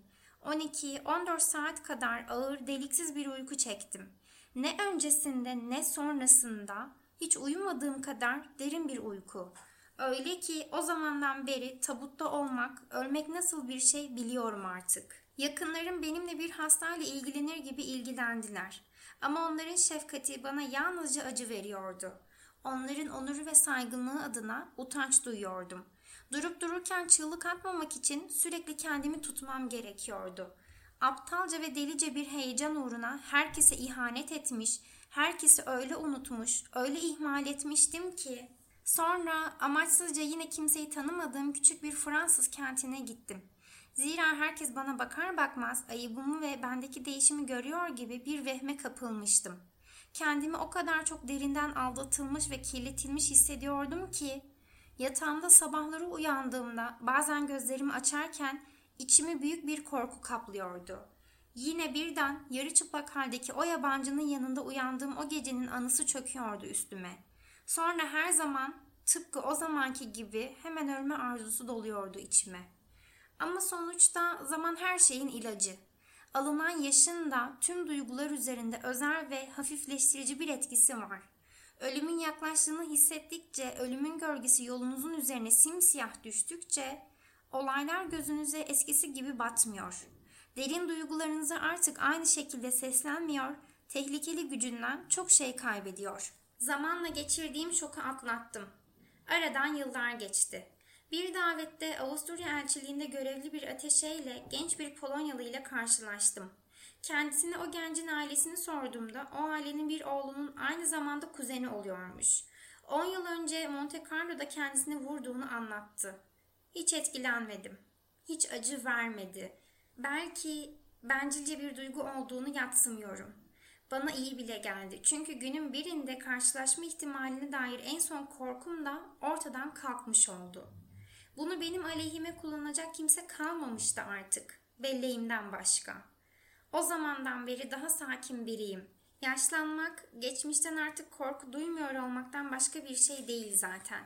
12-14 saat kadar ağır, deliksiz bir uyku çektim. Ne öncesinde ne sonrasında hiç uyumadığım kadar derin bir uyku. Öyle ki o zamandan beri tabutta olmak, ölmek nasıl bir şey biliyorum artık. Yakınlarım benimle bir hastayla ilgilenir gibi ilgilendiler. Ama onların şefkati bana yalnızca acı veriyordu. Onların onuru ve saygınlığı adına utanç duyuyordum. Durup dururken çığlık atmamak için sürekli kendimi tutmam gerekiyordu. Aptalca ve delice bir heyecan uğruna herkese ihanet etmiş, herkesi öyle unutmuş, öyle ihmal etmiştim ki. Sonra amaçsızca yine kimseyi tanımadığım küçük bir Fransız kentine gittim. Zira herkes bana bakar bakmaz ayıbımı ve bendeki değişimi görüyor gibi bir vehme kapılmıştım. Kendimi o kadar çok derinden aldatılmış ve kirletilmiş hissediyordum ki yatağımda sabahları uyandığımda bazen gözlerimi açarken içimi büyük bir korku kaplıyordu. Yine birden yarı çıplak haldeki o yabancının yanında uyandığım o gecenin anısı çöküyordu üstüme. Sonra her zaman tıpkı o zamanki gibi hemen ölme arzusu doluyordu içime. Ama sonuçta zaman her şeyin ilacı. Alınan yaşın da tüm duygular üzerinde özel ve hafifleştirici bir etkisi var. Ölümün yaklaştığını hissettikçe, ölümün gölgesi yolunuzun üzerine simsiyah düştükçe olaylar gözünüze eskisi gibi batmıyor. Derin duygularınıza artık aynı şekilde seslenmiyor, tehlikeli gücünden çok şey kaybediyor. Zamanla geçirdiğim şoku atlattım. Aradan yıllar geçti. Bir davette Avusturya elçiliğinde görevli bir ateşeyle genç bir Polonyalı ile karşılaştım. Kendisine o gencin ailesini sorduğumda o ailenin bir oğlunun aynı zamanda kuzeni oluyormuş. 10 yıl önce Monte Carlo'da kendisini vurduğunu anlattı. Hiç etkilenmedim. Hiç acı vermedi. Belki bencilce bir duygu olduğunu yadsımıyorum. Bana iyi bile geldi. Çünkü günün birinde karşılaşma ihtimaline dair en son korkum da ortadan kalkmış oldu. Bunu benim aleyhime kullanacak kimse kalmamıştı artık. Belleğimden başka. O zamandan beri daha sakin biriyim. Yaşlanmak, geçmişten artık korku duymuyor olmaktan başka bir şey değil zaten.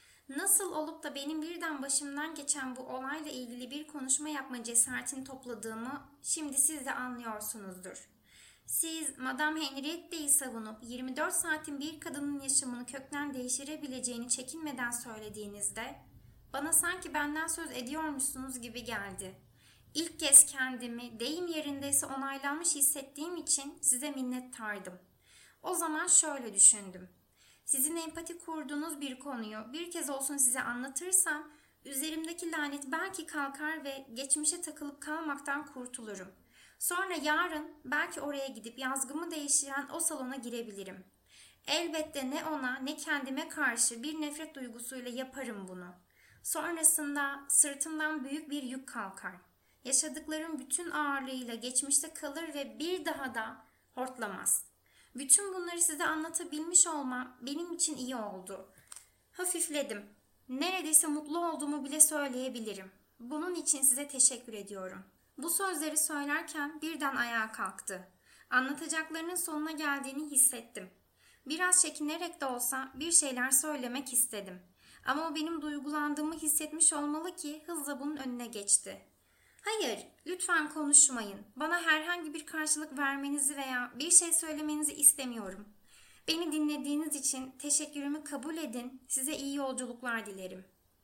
Nasıl olup da benim birden başımdan geçen bu olayla ilgili bir konuşma yapma cesaretini topladığımı şimdi siz de anlıyorsunuzdur. Siz Madame Henriette'yi savunup 24 saatin bir kadının yaşamını kökten değiştirebileceğini çekinmeden söylediğinizde bana sanki benden söz ediyormuşsunuz gibi geldi. İlk kez kendimi deyim yerindeyse onaylanmış hissettiğim için size minnettardım. O zaman şöyle düşündüm. Sizin empati kurduğunuz bir konuyu bir kez olsun size anlatırsam üzerimdeki lanet belki kalkar ve geçmişe takılıp kalmaktan kurtulurum. Sonra yarın belki oraya gidip yazgımı değiştiren o salona girebilirim. Elbette ne ona ne kendime karşı bir nefret duygusuyla yaparım bunu. Sonrasında sırtımdan büyük bir yük kalkar. Yaşadıklarım bütün ağırlığıyla geçmişte kalır ve bir daha da hortlamaz. Bütün bunları size anlatabilmiş olmam benim için iyi oldu. Hafifledim. Neredeyse mutlu olduğumu bile söyleyebilirim. Bunun için size teşekkür ediyorum. Bu sözleri söylerken birden ayağa kalktı. Anlatacaklarının sonuna geldiğini hissettim. Biraz çekinerek de olsa bir şeyler söylemek istedim. Ama o benim duygulandığımı hissetmiş olmalı ki hızla bunun önüne geçti. Hayır, lütfen konuşmayın. Bana herhangi bir karşılık vermenizi veya bir şey söylemenizi istemiyorum. Beni dinlediğiniz için teşekkürümü kabul edin. Size iyi yolculuklar dilerim.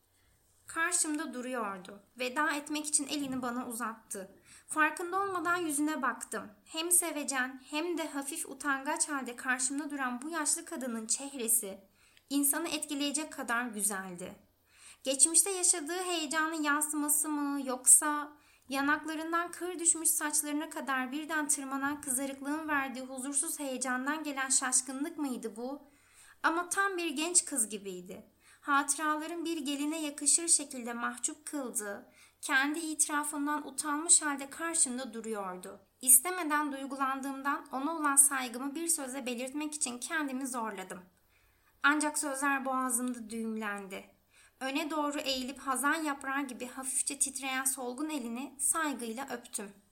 Karşımda duruyordu. Veda etmek için elini bana uzattı. Farkında olmadan yüzüne baktım. Hem sevecen hem de hafif utangaç halde karşımda duran bu yaşlı kadının çehresi insanı etkileyecek kadar güzeldi. Geçmişte yaşadığı heyecanın yansıması mı yoksa yanaklarından kır düşmüş saçlarına kadar birden tırmanan kızarıklığın verdiği huzursuz heyecandan gelen şaşkınlık mıydı bu? Ama tam bir genç kız gibiydi. Hatıraların bir geline yakışır şekilde mahcup kıldığı, kendi itirafından utanmış halde karşımda duruyordu. İstemeden duygulandığımdan ona olan saygımı bir sözle belirtmek için kendimi zorladım. Ancak sözler boğazımda düğümlendi. Öne doğru eğilip hazan yaprağı gibi hafifçe titreyen solgun elini saygıyla öptüm.